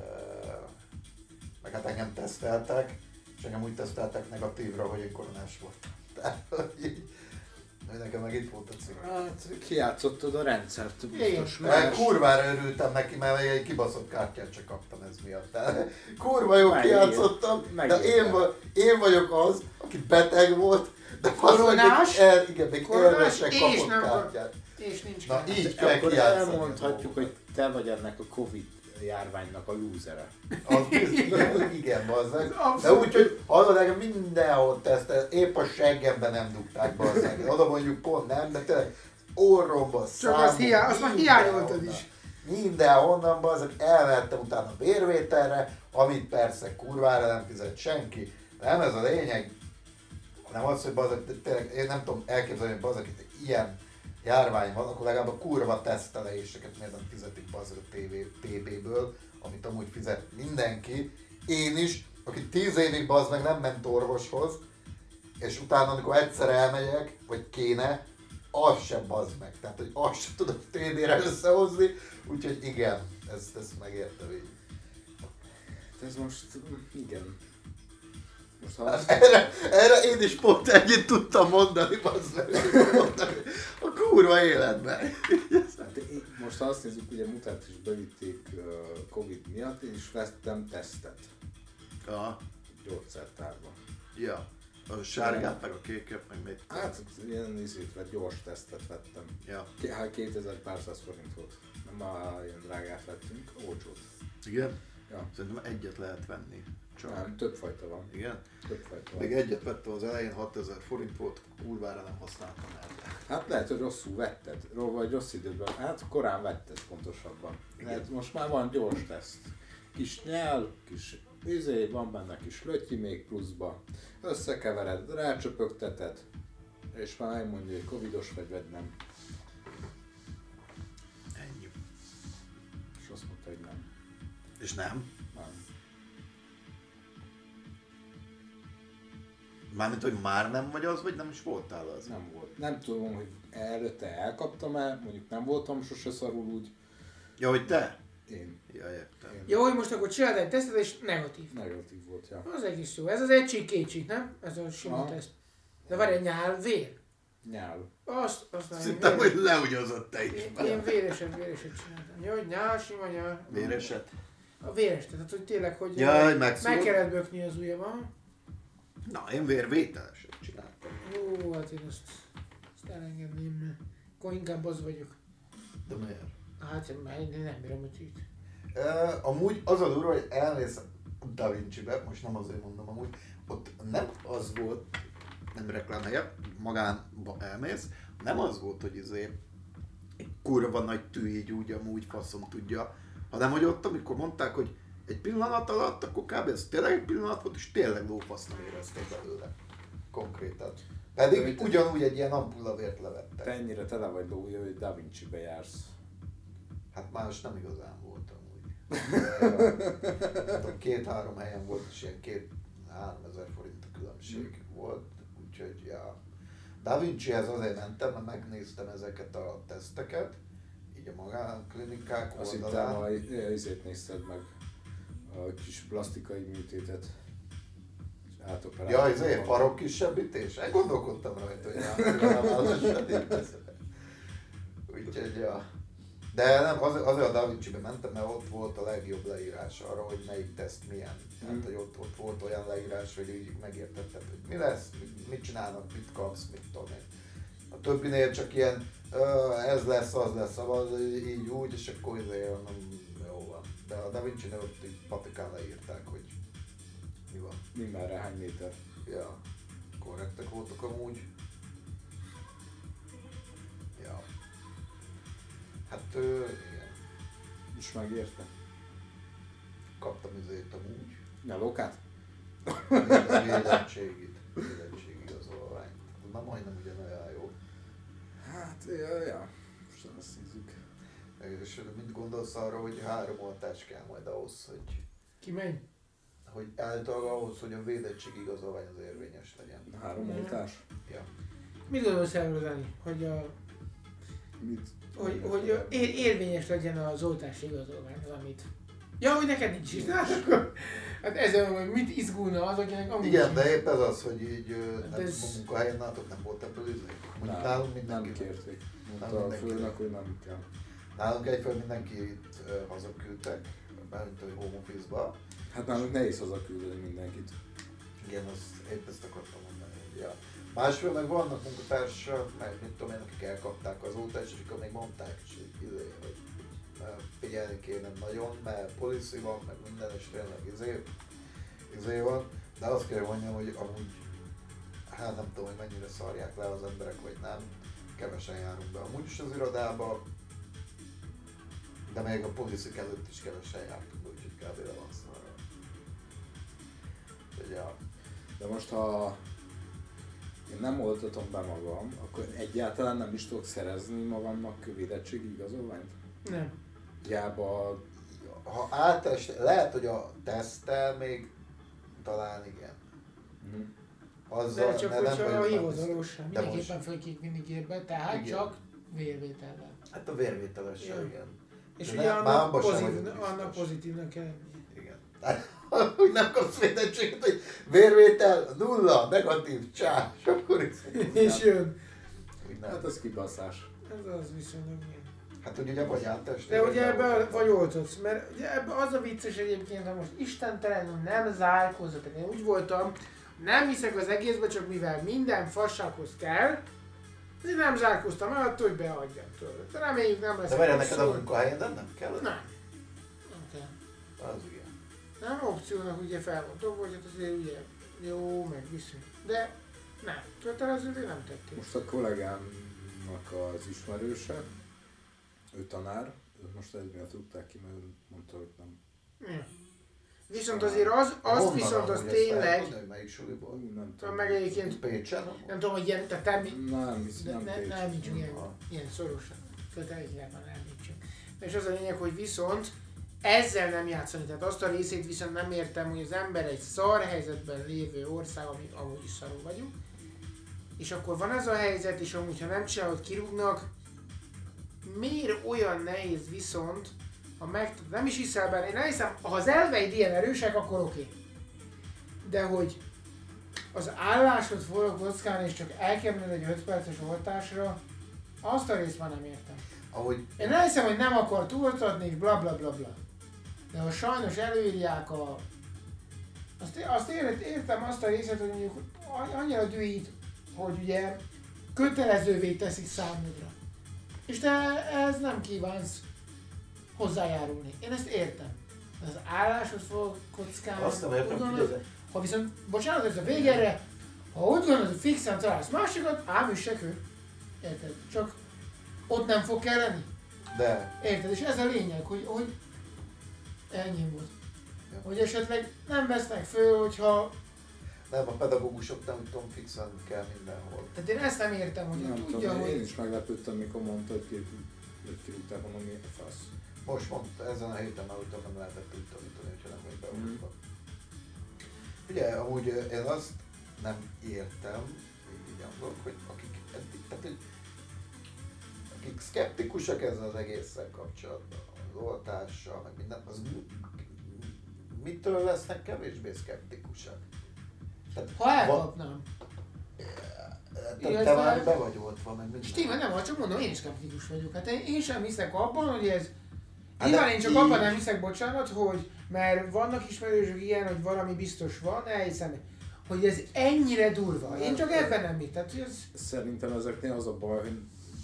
[SPEAKER 1] Meg hát engem teszteltek, és engem úgy teszteltek negatívra, hogy én koronás voltam. Tehát, hogy így- hogy nekem meg itt volt a cím.
[SPEAKER 5] Hát kijátszottad a rendszert, biztos.
[SPEAKER 2] Igen.
[SPEAKER 1] Mert kurvára örültem neki, mert egy kibaszott kártyát csak kaptam ez miatt. Tehát, kurva jó
[SPEAKER 5] Megérte.
[SPEAKER 1] kijátszottam, de
[SPEAKER 5] Megérte.
[SPEAKER 1] én, va- én vagyok az, aki beteg volt, de fasz meg
[SPEAKER 2] Koronás,
[SPEAKER 1] még el, igen, még
[SPEAKER 2] koronás,
[SPEAKER 1] erre se
[SPEAKER 2] és
[SPEAKER 1] kapott
[SPEAKER 2] nem kap-
[SPEAKER 1] kártyát.
[SPEAKER 2] És nincs
[SPEAKER 1] Na
[SPEAKER 2] kártya.
[SPEAKER 1] így kell
[SPEAKER 5] Akkor
[SPEAKER 1] kijátszani.
[SPEAKER 5] elmondhatjuk, hogy te vagy ennek a Covid járványnak a lúzere.
[SPEAKER 1] Az biztos, igen, igen, bazzeg.
[SPEAKER 2] Ez
[SPEAKER 1] De
[SPEAKER 2] abszolút.
[SPEAKER 1] úgy, hogy hallod, engem mindenhol tesztel, épp a seggemben nem dugták bazzeg. Oda mondjuk pont nem, de tényleg orromba,
[SPEAKER 2] Csak azt, hiá, azt már hiányoltad is.
[SPEAKER 1] Mindenhonnan bazzeg, elmehettem utána vérvételre, amit persze kurvára nem fizet senki. Nem ez a lényeg, hanem az, hogy bazzeg, tényleg én nem tudom elképzelni, hogy bazzeg, itt ilyen járvány van, akkor legalább a kurva teszteléseket miért nem fizetik bazzeg a té béből, amit amúgy fizet mindenki. Én is, aki tíz évig bazd meg nem ment orvoshoz, és utána, amikor egyszer elmegyek, vagy kéne, az sem bazd meg. Tehát, hogy azt sem tudok té bére összehozni, úgyhogy igen, ezt, ezt megértem így.
[SPEAKER 5] Ez most, igen. Most ha
[SPEAKER 1] Hát erre, erre én is pont ennyit tudtam mondani, bazd meg. A kurva életben.
[SPEAKER 5] Hát én- most ha azt nézzük, ugye mutált is bevitték uh, Covid miatt, én is vettem tesztet
[SPEAKER 1] Ja,
[SPEAKER 5] gyógyszertárban.
[SPEAKER 1] ja. A sárgát, meg a kéket, meg még.
[SPEAKER 5] Hát ilyen nézétre gyors tesztet vettem.
[SPEAKER 1] Ja.
[SPEAKER 5] K- Hát kétezer pár száz forint volt. Nem már ilyen drágát vettünk, olcsót.
[SPEAKER 1] Igen?
[SPEAKER 5] Ja.
[SPEAKER 1] Szerintem egyet lehet venni. Csak.
[SPEAKER 5] Nem, több fajta van.
[SPEAKER 1] Igen?
[SPEAKER 5] Több fajta
[SPEAKER 1] Még
[SPEAKER 5] van.
[SPEAKER 1] egyet vettem az elején, hatezer forint volt, kurvára nem használtam el.
[SPEAKER 5] Hát lehet, hogy rosszul vetted, ro- vagy rossz időben. Hát korán vetted pontosabban.
[SPEAKER 1] Igen.
[SPEAKER 5] Hát most már van gyors teszt. Kis nyál, kis izé, van benne kis lötyi még pluszba. Összekevered, rácsöpögteted, és már megmondja, hogy covidos vagy, vagy nem.
[SPEAKER 1] Ennyi.
[SPEAKER 5] És azt mondta, hogy nem.
[SPEAKER 1] És nem?
[SPEAKER 5] Nem.
[SPEAKER 1] Mármint, hogy már nem vagy az, vagy nem is voltál az?
[SPEAKER 5] Nem volt. Nem tudom, hogy előtte elkaptam-e, mondjuk nem voltam sose szarul úgy.
[SPEAKER 1] Ja, hogy te?
[SPEAKER 5] Én.
[SPEAKER 1] Ja, értem.
[SPEAKER 5] Én.
[SPEAKER 2] Jó, hogy most akkor csináld egy tesztet és negatív.
[SPEAKER 5] Negatív volt, ja.
[SPEAKER 2] Az egész jó. Ez az egy csík, két csík, nem? Ez a sima
[SPEAKER 5] Aha.
[SPEAKER 2] teszt. De várj, egy nyál, vér.
[SPEAKER 5] Nyál.
[SPEAKER 2] Azt, azt nem.
[SPEAKER 1] Szerintem, hogy leugyozott te is.
[SPEAKER 2] Én, én véreset, véreset csináltam. Jó, hogy nyál, sima nyál.
[SPEAKER 1] Véreset?
[SPEAKER 2] A véres, tehát hogy tényleg, hogy
[SPEAKER 1] Jaj,
[SPEAKER 2] meg
[SPEAKER 1] megszúrod?
[SPEAKER 2] kellett bökni az ujjam.
[SPEAKER 1] Na, én vérvételeset csináltam.
[SPEAKER 2] Jó, hát én ezt, ezt elengedném, mert akkor inkább az vagyok.
[SPEAKER 1] De miért?
[SPEAKER 2] Hát már én nem bírom, hogy itt.
[SPEAKER 1] Uh, amúgy az a durva, hogy elmész Da Vinci-be, most nem azért mondom amúgy, ott nem az volt, nem reklámhelye, magánba elmész, nem az volt, hogy izé egy kurva nagy tű így úgy amúgy faszom tudja, hanem hogy ott amikor mondták, hogy egy pillanat alatt, akkor kb. Ez tényleg egy pillanat volt, és tényleg lófasz nem érezték belőle. Konkrétan. Pedig
[SPEAKER 5] De
[SPEAKER 1] ugyanúgy egy ilyen ampulla vért
[SPEAKER 5] Te
[SPEAKER 1] levettek.
[SPEAKER 5] ennyire tele vagy lója, hogy Da Vinci-be jársz.
[SPEAKER 1] Hát más nem igazán volt amúgy. Két-három helyen volt, és ilyen két-háromezer forint a különbség volt, úgyhogy ja. Da Vincihez azért mentem, mert megnéztem ezeket a teszteket, így a magánklinikák
[SPEAKER 5] Azt hittem,
[SPEAKER 1] oldalán.
[SPEAKER 5] a izét nézted meg, a kis plastikai műtétet. És átoperáltak.
[SPEAKER 1] Ja, ezért farok kisebbítés? Hát gondolkodtam rajta, hogy nem Úgyhogy ja. De nem, az, azért a Da Vinci-be mentem, mert ott volt a legjobb leírás arra, hogy melyik teszt milyen. Tehát,
[SPEAKER 5] Mm.
[SPEAKER 1] hogy ott, ott volt olyan leírás, hogy így megértetted, hogy mi lesz, mit, mit csinálnak, mit kapsz, mit tudom én. A többinél csak ilyen, "Ö, ez lesz, az lesz, az így úgy, és akkor azért mondom, jó van. De a Da Vinci-nél ott így patikán leírták, hogy mi van.
[SPEAKER 5] Mindenre hány méter.
[SPEAKER 1] Ja, korrektek voltak amúgy. Ja. Hát, ö, igen.
[SPEAKER 5] És megérte.
[SPEAKER 1] Kaptam izét amúgy.
[SPEAKER 5] Ne lokát?
[SPEAKER 1] Véde- Védettségit. Védettségigazolványt. Na majdnem ugyanolyan jó.
[SPEAKER 5] Hát, ja, ja. Most azt nézzük.
[SPEAKER 1] És mit gondolsz arra, hogy három oltás kell majd ahhoz, hogy,
[SPEAKER 2] Ki megy?
[SPEAKER 1] hogy általában ahhoz, hogy a védettségigazolvány az érvényes legyen.
[SPEAKER 5] Három oltás?
[SPEAKER 1] Ja.
[SPEAKER 2] Mit gondolsz erről, Dani? Hogy, a,
[SPEAKER 5] Mit?
[SPEAKER 2] hogy, hogy a, ér, érvényes legyen az oltási igazolvány, amit... Ja, hogy neked nincs is, hát akkor... Hát ezzel, hogy mit izgulna az, akinek amúgy
[SPEAKER 1] Igen,
[SPEAKER 2] sincs.
[SPEAKER 1] de épp ez az, hogy így ö,
[SPEAKER 2] Hát
[SPEAKER 1] nem,
[SPEAKER 2] ez-
[SPEAKER 1] a munkahelyen nálatok nem volt ebből izé. Mondjuk
[SPEAKER 5] Nem,
[SPEAKER 1] nálunk
[SPEAKER 5] nem
[SPEAKER 1] mindenki.
[SPEAKER 5] kérték.
[SPEAKER 1] Nem
[SPEAKER 5] Mondta a
[SPEAKER 1] mindenki.
[SPEAKER 5] főnök, hogy nem kell.
[SPEAKER 1] Nálunk egyfajta mindenkit ö, hazaküldtek, bármint hogy home office-ba.
[SPEAKER 5] Hát nálunk nehéz hazaküldeni mindenkit.
[SPEAKER 1] Igen, azt, épp ezt akartam mondani, hogy ja. Másfél meg vannak munkatársak, meg mit tudom én, akik elkapták az oltást, és akkor még mondták is, hogy, izé, hogy ö, figyelni kéne nagyon, mert policy van, meg minden, és tényleg izé, izé van. De azt kell mondjam, hogy amúgy, hát nem tudom, hogy mennyire szarják le az emberek, vagy nem. Kevesen járunk be amúgy is az irodába, de még a policy előtt is kevesen jártunk be, úgyhogy kb. Le van szarra. Úgyhogy ja.
[SPEAKER 5] De most ha én nem oltatom be magam, akkor egyáltalán nem is tudok szerezni magamnak védettségi igazolványt?
[SPEAKER 2] Nem.
[SPEAKER 5] Hiába
[SPEAKER 1] Ha általános, lehet, hogy a teszttel még talán igen.
[SPEAKER 5] Mhm.
[SPEAKER 1] Azzal,
[SPEAKER 2] De csak
[SPEAKER 1] mert nem
[SPEAKER 2] hogyha a
[SPEAKER 1] vagyok benne
[SPEAKER 2] hivatalos,
[SPEAKER 1] De
[SPEAKER 2] mindenképpen
[SPEAKER 1] most-
[SPEAKER 2] föl kék mindig ér be, tehát
[SPEAKER 1] Igen.
[SPEAKER 2] csak vérvétellel.
[SPEAKER 1] Hát a vérvételes,
[SPEAKER 2] Ja.
[SPEAKER 1] igen.
[SPEAKER 2] És
[SPEAKER 1] De
[SPEAKER 2] ugye
[SPEAKER 1] nem, már
[SPEAKER 2] annak,
[SPEAKER 1] abban sem
[SPEAKER 2] pozitív,
[SPEAKER 1] vagyok biztos.
[SPEAKER 2] annak pozitívnak kell lennie.
[SPEAKER 1] Igen. Hogy nem kapsz védettséget, hogy vérvétel nulla, negatív, csá, és akkor is.
[SPEAKER 2] És jön.
[SPEAKER 1] Úgy nem.
[SPEAKER 5] Hát az kibaszás.
[SPEAKER 2] Ez az viszonylag ilyen.
[SPEAKER 1] Hát ugye vagy általános.
[SPEAKER 2] De ugye ebben vagy oltodsz, mert ugye ebben az a vicces egyébként, ha most istentelenül nem zárkózzatok. Én úgy voltam, nem hiszek az egészbe, csak mivel minden fassághoz kell, én nem zárkóztam el, attól, hogy beadjam tőle. De reméljük nem lesz.
[SPEAKER 1] De várjál, neked a
[SPEAKER 2] opció.
[SPEAKER 1] munkahelyen nem, nem kell?
[SPEAKER 2] Nem. Nem kell.
[SPEAKER 1] Az igen.
[SPEAKER 2] Nem opciónak ugye fel van dobva, hogy hát azért ugye jó, meg viszont. De nem, kötelezővé nem tették.
[SPEAKER 5] Most a kollégámnak az ismerőse, ő tanár, őt most ez miatt rúgták ki, mert ő mondta, hogy nem.
[SPEAKER 2] Ja. Viszont azért az, az
[SPEAKER 1] Honnan
[SPEAKER 2] viszont az
[SPEAKER 1] amúgy ezt
[SPEAKER 2] tényleg,
[SPEAKER 1] elmondani, hogy melyik suliból?
[SPEAKER 5] Ú, nem
[SPEAKER 2] tudom,
[SPEAKER 5] tudom.
[SPEAKER 2] meg egyébként
[SPEAKER 1] Pécsen?
[SPEAKER 2] nem tudom, hogy ilyen, tehát nem,
[SPEAKER 5] Nem, hisz,
[SPEAKER 2] ne,
[SPEAKER 5] nem
[SPEAKER 2] ne,
[SPEAKER 5] Pécs.
[SPEAKER 2] nem nincs ilyen,
[SPEAKER 1] Aha.
[SPEAKER 2] ilyen szorosan. Kötelezően nem nincs. És az a lényeg, hogy viszont ezzel nem játszani. Tehát azt a részét viszont nem értem, hogy az ember egy szar helyzetben lévő ország, ami amúgy is szarul vagyunk, és akkor van ez a helyzet, és amúgy ha nem csinálod, kirúgnak, miért olyan nehéz viszont, ha meg nem is hiszel benne, én nem hiszem, ha az elveid ilyen erősek, akkor oké. De hogy az állásod forró kockán és csak el kell menni egy öt perces oltásra, azt a részt már nem értem.
[SPEAKER 1] Ahogy
[SPEAKER 2] Én nem hiszem, hogy nem akar túloltatni, és bla bla bla bla. De ha sajnos előírják a Azt, azt ért, értem azt a részét, hogy mondjuk annyira dühít, hogy ugye kötelezővé teszik számodra. És te ez nem kívánsz hozzájárulni. Én ezt értem. De az álláshoz fog kockálni.
[SPEAKER 1] Azt nem értem, figyelj.
[SPEAKER 2] Ha viszont, bocsánat, ez a végére, ha úgy gondolod, hogy fixen találsz másikat, ám is se kő. Érted? Csak ott nem fog kelleni.
[SPEAKER 1] De.
[SPEAKER 2] Érted? És ez a lényeg, hogy, hogy ennyi volt. Ja. Hogy esetleg nem vesznek föl, hogyha...
[SPEAKER 1] Nem, a pedagógusok nem tudom fixen kell mindenhol.
[SPEAKER 2] Tehát én ezt nem értem, hogy
[SPEAKER 5] Nem
[SPEAKER 2] tudja,
[SPEAKER 5] tudom,
[SPEAKER 2] hogy...
[SPEAKER 5] én is meglepődtem, mikor mondta, hogy két, egy kirúgták, mondom, mi a fasz.
[SPEAKER 1] Most mondta, ezen a héten már utána nem lehetett úgy tanítani, hogyha nem vagy beolvasva. Mm. Ugye, amúgy én azt nem értem, így így mondok, hogy akik eddig, tehát, hogy akik szkeptikusak ezzel az egésszel kapcsolatban, az oltással, meg minden, az mitől lesznek kevésbé szkeptikusak? Tehát,
[SPEAKER 2] ha elkapnám.
[SPEAKER 1] Te, te már be vagy oltva, meg minden.
[SPEAKER 2] Stíma, nem, csak mondom, én is szkeptikus vagyok. Hát én sem hiszek abban, hogy ez...
[SPEAKER 1] Hát
[SPEAKER 2] nyilván én csak
[SPEAKER 1] így...
[SPEAKER 2] abban nem hiszek, bocsánat, hogy mert vannak ismerősök ilyen, hogy valami biztos van, elhiszem, hogy ez ennyire durva. Én csak ebben nem hiszem. Tehát, hogy ez...
[SPEAKER 5] Szerintem ezeknél az a baj, hogy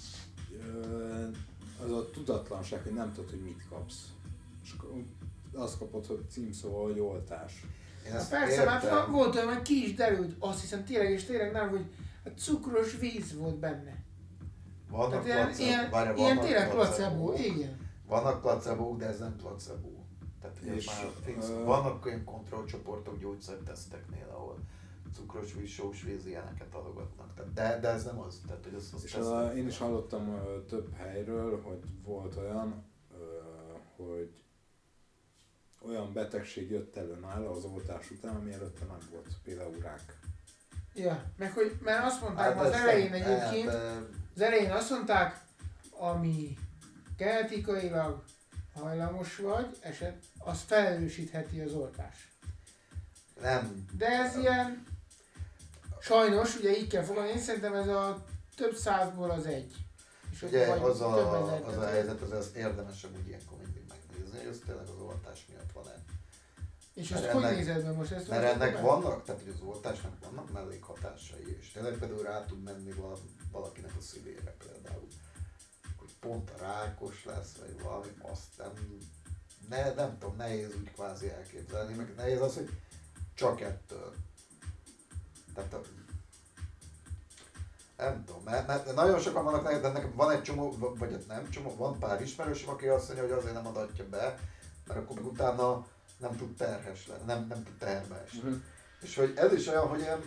[SPEAKER 5] az a tudatlanság, hogy nem tudod, hogy mit kapsz. És azt kapod, hogy címszó, hogy oltás.
[SPEAKER 2] Hát persze, hát volt olyan, hogy ki is derült, azt hiszem tényleg és tényleg nem, hogy a cukros víz volt benne.
[SPEAKER 1] Vannak
[SPEAKER 2] ilyen,
[SPEAKER 1] placebo,
[SPEAKER 2] ilyen,
[SPEAKER 1] várja,
[SPEAKER 2] ilyen
[SPEAKER 1] vannak
[SPEAKER 2] tényleg
[SPEAKER 1] placebo,
[SPEAKER 2] placebo, igen.
[SPEAKER 1] Vannak placebók, de ez nem placebo. Tehát és, már fix, uh, vannak olyan kontrollcsoportok gyógyszerteszteknél, ahol cukros víz, sós víz, ilyeneket adogatnak. Tehát, de, de ez nem az. Tehát, hogy az, az
[SPEAKER 5] és a, én is hallottam uh, több helyről, hogy volt olyan, uh, hogy olyan betegség jött elő nála az oltás után, ami előtte nem volt, például rák.
[SPEAKER 2] Ja, meg hogy, mert azt mondták hát az elején nem, egyébként, hát, az elején azt mondták, ami genetikailag hajlamos vagy, eset, az felelősítheti az oltás.
[SPEAKER 1] Nem.
[SPEAKER 2] De ez ilyen, sajnos, ugye így kell fogadni, én szerintem ez a több százból az egy. És
[SPEAKER 1] ugye az a, az a helyzet, az, az érdemesebb úgy ilyenkor mindig megnézni, hogy ez tényleg az oltás miatt van-e.
[SPEAKER 2] És ezt hogy nézed be most? Ezt
[SPEAKER 1] mert ennek vannak, tehát hogy az oltásnak vannak mellékhatásai, és tényleg például rá tud menni valakinek a szívére például. Hogy pont a rákos lesz, vagy valami, azt nem, ne, nem tudom, nehéz úgy kvázi elképzelni, meg nehéz az, hogy csak ettől. Tehát a, nem tudom, mert, mert nagyon sokan vannak, de nekem van egy csomó, vagy nem csomó, van pár ismerősöm, aki azt mondja, hogy azért nem adatja be, mert akkor meg utána nem tud terhes lenni, nem, nem tud terbe esni. Uh-huh. És hogy ez is olyan, hogy ilyen,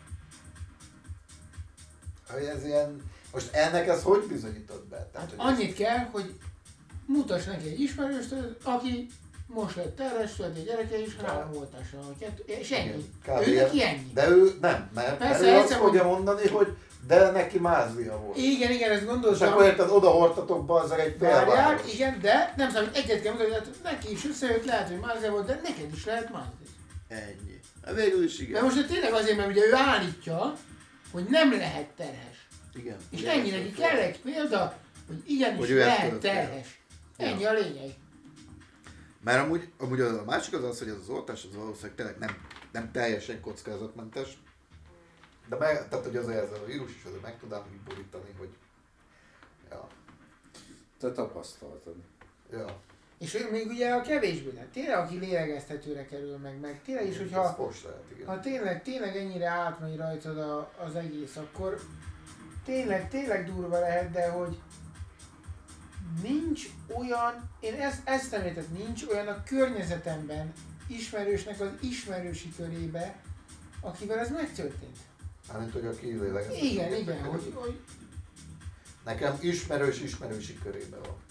[SPEAKER 1] hogy ez ilyen, most ennek ez hogy bizonyítod be? Tehát,
[SPEAKER 2] hát annyit ez... kell, hogy mutass neki egy ismerőst, aki most lett terhes, szület egy gyereke és három oltásra, és ennyi. Ő neki ennyi.
[SPEAKER 1] De ő nem, mert, persze, mert ő azt fogja mondani, hogy de neki mázlia volt.
[SPEAKER 2] Igen, igen, ezt gondoltam.
[SPEAKER 1] És akkor érted, oda hordtatok be az egy
[SPEAKER 2] félváros. Igen, de nem számít, egyet kell mondani, hogy neki is összejött, lehet, hogy mázlia volt, de neked is lehet mázlia.
[SPEAKER 1] Ennyi. Hát végül is igen.
[SPEAKER 2] De most tényleg azért, mert ugye ő állítja, hogy nem lehet terhes.
[SPEAKER 1] Igen.
[SPEAKER 2] És
[SPEAKER 1] igen,
[SPEAKER 2] ennyi neki kell egy példa, hogy igenis hogy lehet terhes. Ennyi a lényeg.
[SPEAKER 1] Mert amúgy, amúgy a másik az az, hogy ez az oltás az valószínűleg tényleg nem, nem teljesen kockázatmentes. De meg, tehát, hogy azért ez a vírus is azért meg tudám úgy borítani, hogy... Ja.
[SPEAKER 5] Te tapasztaltad.
[SPEAKER 1] Ja.
[SPEAKER 2] És ő még ugye a kevésbé nem. Tényleg, aki lélegeztetőre kerül meg, meg tényleg is, hogyha...
[SPEAKER 1] lehet, igen.
[SPEAKER 2] Ha tényleg, tényleg ennyire átmegy rajtad a, az egész, akkor tényleg, tényleg durva lehet, de hogy nincs olyan, én ezt, ezt nem értem, nincs olyan a környezetemben, ismerősnek az ismerősi körébe, akivel ez megtörtént.
[SPEAKER 1] Hát, hogy aki lélegeztető.
[SPEAKER 2] Igen, igen, hogy, hogy...
[SPEAKER 1] Nekem ismerős ismerősi körében van.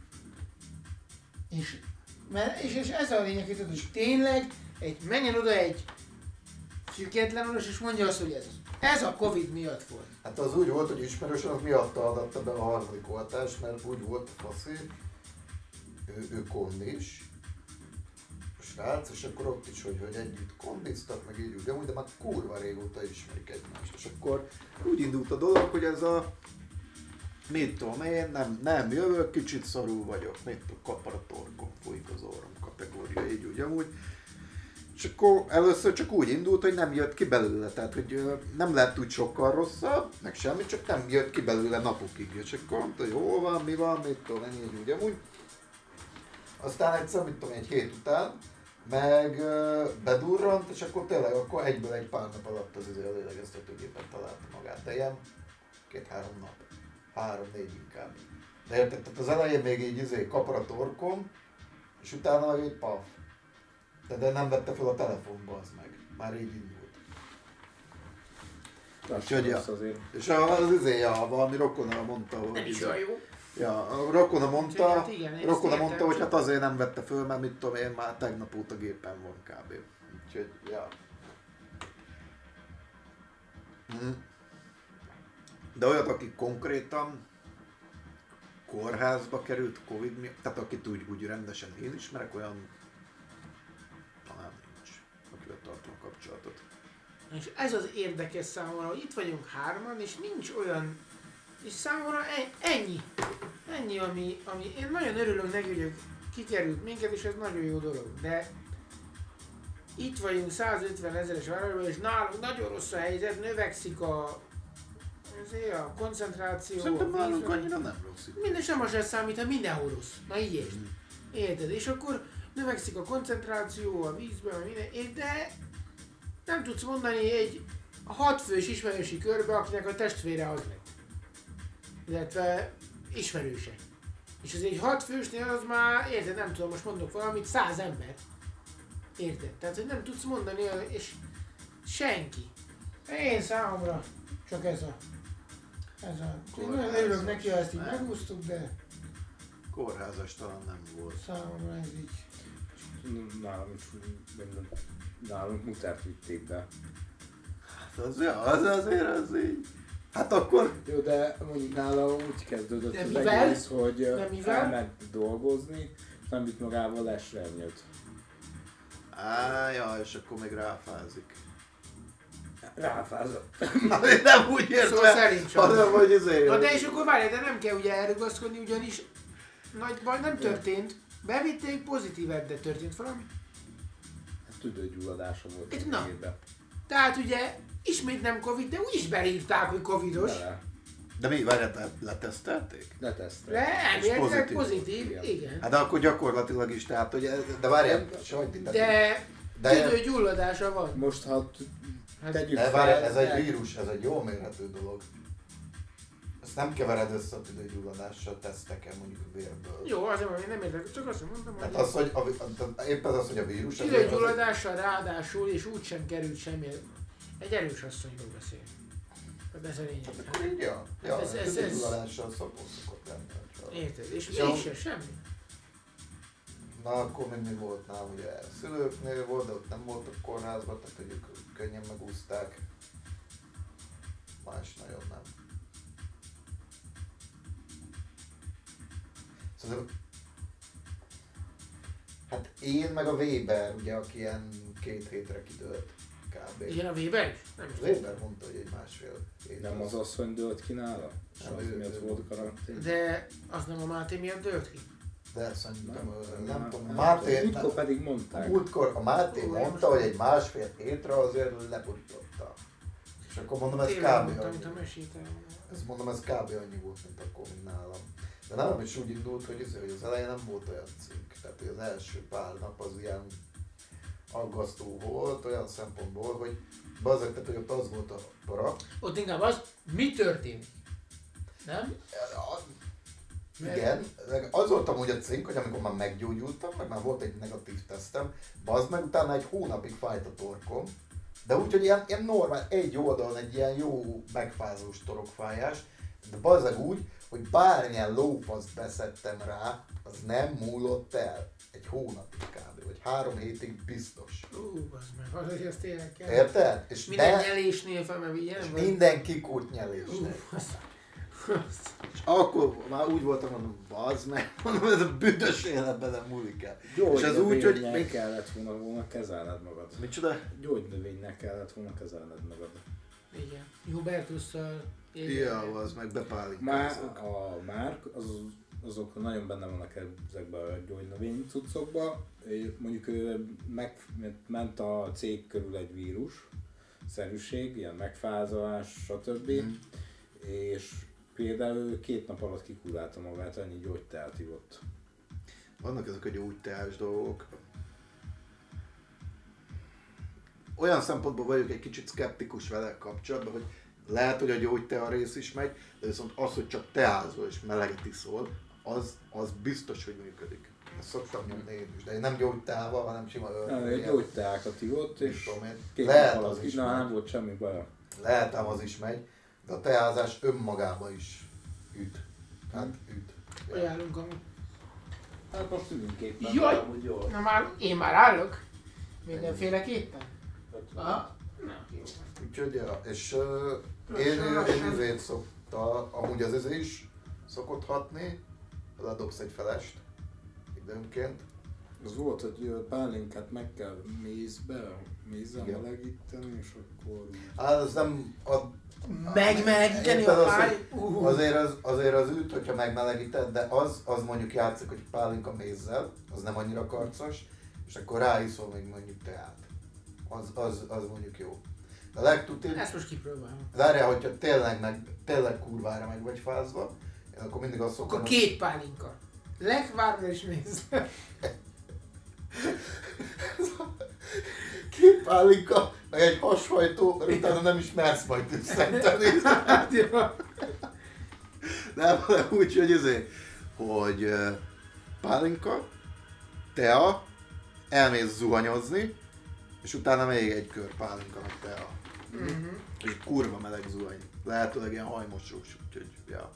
[SPEAKER 2] És, mert, és, és ez a lényeg, hogy tényleg egy, menjen oda egy független orvos, és mondja azt, hogy ez, ez a Covid miatt volt.
[SPEAKER 1] Hát az úgy volt, hogy ismerősen az miatta adatta be a harmadik oltást, mert úgy volt faszi, ő, ő kondis, srác, és akkor ott is, hogy, hogy együtt kondiztak, meg így úgy, de már kurva régóta ismerik egymást. És akkor úgy indult a dolog, hogy ez a, mit tudom én, nem, nem jövök, kicsit szarul vagyok, mit tudom, kapar a torkom, folyik az orrom kategória, így úgy amúgy. És akkor először csak úgy indult, hogy nem jött ki belőle, tehát hogy ö, nem lett úgy sokkal rosszabb, meg semmi, csak nem jött ki belőle napokig. És akkor mondta, hogy hol van, mi van, mit tudom, ennyi, így, úgy, amúgy. Aztán egyszer, mit tudom, egy hét után, meg ö, bedurrant, és akkor tényleg akkor egyből egy pár nap alatt az izé a lélegeztetőgépen találta magát. De ilyen két-három nap, három-négy inkább. De érted, tehát az elején még így izé kapra torkom, és utána meg egy paf. De, de nem vette fel a telefonba, az meg. Már így indult. Úgyhogy, ja.
[SPEAKER 3] azért.
[SPEAKER 1] És az izéja, valami rokona mondta, hogy...
[SPEAKER 2] Nem is olyan jó.
[SPEAKER 1] Ja, a rokona mondta,
[SPEAKER 2] Hát igen, én
[SPEAKER 1] rokona
[SPEAKER 2] ezt
[SPEAKER 1] mondta,
[SPEAKER 2] értem,
[SPEAKER 1] hogy
[SPEAKER 2] csak-
[SPEAKER 1] hát azért nem vette föl, mert mit tudom én, már tegnap óta gépen van kb. Úgyhogy, ja. Hm. De olyat, aki konkrétan kórházba került Covid miatt, tehát akit úgy, úgy rendesen én ismerek, olyan talán nincs, akivel tartom a kapcsolatot.
[SPEAKER 2] És ez az érdekes számomra, hogy itt vagyunk hárman, és nincs olyan, és számomra e- ennyi, ennyi, ami, ami, én nagyon örülök neki, hogy kikerült minket, és ez nagyon jó dolog, de itt vagyunk százötven ezeres városban, és nálunk nagyon rossz a helyzet, növekszik a, azért a koncentráció,
[SPEAKER 1] Szerintem
[SPEAKER 2] a
[SPEAKER 1] nálunk
[SPEAKER 2] vízben.
[SPEAKER 1] annyira nem rossz itt.
[SPEAKER 2] Minden sem az számít, ha mindenhol rossz. Na így érted. Érted? És akkor növekszik a koncentráció a vízben, minden, és de nem tudsz mondani egy hatfős ismerősi körbe, akinek a testvére az lett. Illetve ismerőse. És az egy hatfősnél az már, érted, nem tudom, most mondok valamit, száz ember. Érted? Tehát, hogy nem tudsz mondani, és senki. Én számomra csak ez a... Ez a... Én nagyon örülök neki, ha ezt így megúsztuk, de
[SPEAKER 1] Kórházas talán nem volt.
[SPEAKER 2] számomra ez így...
[SPEAKER 3] Nálunk is minden, nálunk mutárt vitték be.
[SPEAKER 1] Hát az, ja, az azért az így. Hát akkor...
[SPEAKER 3] Jó, de mondjuk nála úgy kezdődött
[SPEAKER 2] De
[SPEAKER 3] az
[SPEAKER 2] mivel?
[SPEAKER 3] egész, hogy
[SPEAKER 2] De mivel?
[SPEAKER 3] elment dolgozni, és nem vitt magával lesernyőt.
[SPEAKER 1] Á, ja, és akkor még ráfázik.
[SPEAKER 3] Ráfázott.
[SPEAKER 1] Nem úgy értve,
[SPEAKER 2] Szóval szerint sem.
[SPEAKER 1] hanem hogy izé...
[SPEAKER 2] Na de és akkor várj, de nem kell ugye elrugaszkodni, ugyanis nagy baj nem történt. Bevitték, pozitív, de történt valami.
[SPEAKER 3] Tüdőgyulladása volt
[SPEAKER 2] Itt
[SPEAKER 3] a
[SPEAKER 2] na.
[SPEAKER 3] végében.
[SPEAKER 2] Tehát ugye ismét nem Covid, de úgy is beírták, hogy Covidos.
[SPEAKER 3] Bele.
[SPEAKER 1] De mi, várjál, letesztelték?
[SPEAKER 3] Letesztelték.
[SPEAKER 2] De elméletileg
[SPEAKER 1] pozitív.
[SPEAKER 2] pozitív,
[SPEAKER 3] Igen.
[SPEAKER 2] igen.
[SPEAKER 1] Hát de akkor gyakorlatilag is, tehát hogy... ez- De várjál, sajt, de...
[SPEAKER 2] De
[SPEAKER 1] de,
[SPEAKER 2] tüdőgyulladása van.
[SPEAKER 3] Most ha t-
[SPEAKER 2] Hát,
[SPEAKER 3] tegyük
[SPEAKER 1] de várjál, ez
[SPEAKER 3] fel,
[SPEAKER 1] egy vírus, ez egy jól mérhető dolog. Ezt nem kevered össze a tüdőgyulladással teszteken, mondjuk a vérből.
[SPEAKER 2] jó, azért mondom, én nem értek, csak azt mondom,
[SPEAKER 1] Tehát
[SPEAKER 2] hogy
[SPEAKER 1] az, hogy a, a, éppen az, hogy a vírus... az-
[SPEAKER 2] tüdőgyulladással ráadásul, és úgy sem került semmi. Egy erős asszonyról beszél. Hát ez a lényeg.
[SPEAKER 1] Hát akkor így, ja. Ja,
[SPEAKER 2] Ez-
[SPEAKER 1] ez,
[SPEAKER 2] ez-
[SPEAKER 1] ez,
[SPEAKER 2] ez-
[SPEAKER 1] tüdőgyulladással szokott szokott lenni. ha csak-
[SPEAKER 2] Érted? És
[SPEAKER 1] És a-
[SPEAKER 2] mégse semmi.
[SPEAKER 1] Na akkor még mi volt nálam, ugye szülőknél volt, de ott nem voltak kórházban, tehát hogy ők könnyen megúszták. Más nagyon nem. Szóval, hát én meg a Weber, ugye, aki ilyen két hétre kidőlt kb.
[SPEAKER 2] Igen, a Weber is? Nem is
[SPEAKER 1] A Weber mondta, hogy egy másfél hét.
[SPEAKER 3] nem az asszony dőlt ki nála? És
[SPEAKER 1] Nem,
[SPEAKER 3] az
[SPEAKER 1] ő-
[SPEAKER 3] miatt
[SPEAKER 1] ő-
[SPEAKER 3] volt karantén?
[SPEAKER 2] De az nem a Máté miatt dőlt ki.
[SPEAKER 1] De szerintem,
[SPEAKER 3] Nem,
[SPEAKER 1] nem, nem tudom,
[SPEAKER 3] nem,
[SPEAKER 1] Máté,
[SPEAKER 3] Múltkor
[SPEAKER 1] nem,
[SPEAKER 3] pedig
[SPEAKER 1] a
[SPEAKER 3] mondták.
[SPEAKER 1] múltkor a Máté
[SPEAKER 2] Ó,
[SPEAKER 1] mondta,
[SPEAKER 2] most-
[SPEAKER 1] hogy egy másfél hétre azért leporította. És akkor mondom, ez
[SPEAKER 2] Tényleg
[SPEAKER 1] kb.
[SPEAKER 2] mondtam, mint a
[SPEAKER 1] annyi.
[SPEAKER 2] mesét.
[SPEAKER 1] Ez mondom, ez kb. Annyi volt, mint akkor, mint nálam. De nálam is úgy indult, hogy, izé, hogy az elején nem volt olyan cink. Tehát hogy az első pár nap az ilyen aggasztó volt, olyan szempontból, hogy bazzeg, tehát hogy ott az volt a para.
[SPEAKER 2] Ott inkább az, mi történik? Nem?
[SPEAKER 1] Igen, az volt amúgy a cink, hogy amikor már meggyógyultam, meg már volt egy negatív tesztem, bazd meg, utána egy hónapig fájt a torkom, de úgy, hogy ilyen, ilyen normál, egy oldalon egy ilyen jó megfázós torokfájás, de bazzeg úgy, hogy bármilyen lófaszt beszedtem rá, az nem múlott el. Egy hónapig kb. Vagy három hétig biztos.
[SPEAKER 2] Ú, az meg, az, hogy az tényleg kell.
[SPEAKER 1] Érted? És,
[SPEAKER 2] Minden
[SPEAKER 1] de,
[SPEAKER 2] nyelésnél fel, mert így
[SPEAKER 1] és
[SPEAKER 2] nem vagy.
[SPEAKER 1] minden kikút nyelésnek.
[SPEAKER 2] Ú, az-
[SPEAKER 1] És akkor már úgy voltam, mondom, bazd meg, mondom, ez a büdös életben nem múlik el. És az úgy, hogy
[SPEAKER 3] Gyógynövénynek
[SPEAKER 1] még...
[SPEAKER 3] kellett volna, volna kezelned magad.
[SPEAKER 1] Micsoda?
[SPEAKER 3] Gyógynövénynek kellett volna kezelned magad.
[SPEAKER 2] Igen. Hubertusszal.
[SPEAKER 1] Ja, az meg
[SPEAKER 3] Már
[SPEAKER 1] bepálinkázok.
[SPEAKER 3] a Márk az azok nagyon benne vannak ezekben a gyógynövény cuccokban. Mondjuk meg, ment a cég körül egy vírus szerűség, ilyen megfázás, stb. Mm. És például két nap alatt kikurálta magát, annyi gyógyteát ivott.
[SPEAKER 1] Vannak ezek a gyógyteás dolgok. Olyan szempontból vagyok egy kicsit szkeptikus vele kapcsolatban, hogy lehet, hogy a gyógytea rész is megy, de viszont az, hogy csak teázol és meleget iszol, az, az biztos, hogy működik. Ezt szoktam nyomni én is, de én nem gyógyteával, hanem sima
[SPEAKER 3] öröm. Gyógyteákat ivott, és két
[SPEAKER 1] lehet
[SPEAKER 3] nap
[SPEAKER 1] az is
[SPEAKER 3] na,
[SPEAKER 1] megy.
[SPEAKER 3] nem volt semmi baja.
[SPEAKER 1] Lehet ám az is megy, de a teázás önmagában is üt. Hát üt.
[SPEAKER 2] Ajánlunk amúgy.
[SPEAKER 3] Hát most ülünk éppen.
[SPEAKER 2] Jaj!
[SPEAKER 4] Amúgy jól.
[SPEAKER 2] Na már, én már állok. Mindenféleképpen? Aha. Na, jó.
[SPEAKER 1] Úgyhogy, ja, és uh, én, én izét szokta, amúgy az izé is szokott hatni, ledobsz egy felest időnként.
[SPEAKER 3] Az volt, hogy pálinkát meg kell mézbe, mézzel
[SPEAKER 1] Igen.
[SPEAKER 3] melegíteni, és akkor...
[SPEAKER 1] Hát az nem... A,
[SPEAKER 2] Megmelegíteni
[SPEAKER 1] éppen
[SPEAKER 2] a
[SPEAKER 1] az, hogy
[SPEAKER 2] pály... Uh.
[SPEAKER 1] Azért az, azért az üt, hogyha megmelegíted, de az, az mondjuk játszik, hogy pálinka mézzel, az nem annyira karcos, és akkor ráiszol még mondjuk teát. Az, az, az mondjuk jó. De a legtutibb,
[SPEAKER 2] Ezt most kipróbálom.
[SPEAKER 1] várjál, hogyha tényleg, meg, tényleg kurvára meg vagy fázva, én akkor mindig azt szoktam,
[SPEAKER 2] Akkor két pálinka. Lekvárra is mész.
[SPEAKER 1] két pálinka, meg egy hashajtó, mert utána nem is mersz majd tüsszenteni.
[SPEAKER 2] Hát jó.
[SPEAKER 1] Nem, hanem úgy, hogy azért, hogy uh, pálinka, tea, elmész zuhanyozni, és utána még egy kör pálinka, meg tea.
[SPEAKER 2] Mm-hmm.
[SPEAKER 1] És kurva meleg zuhany. Lehetőleg ilyen hajmosós, úgyhogy, ja.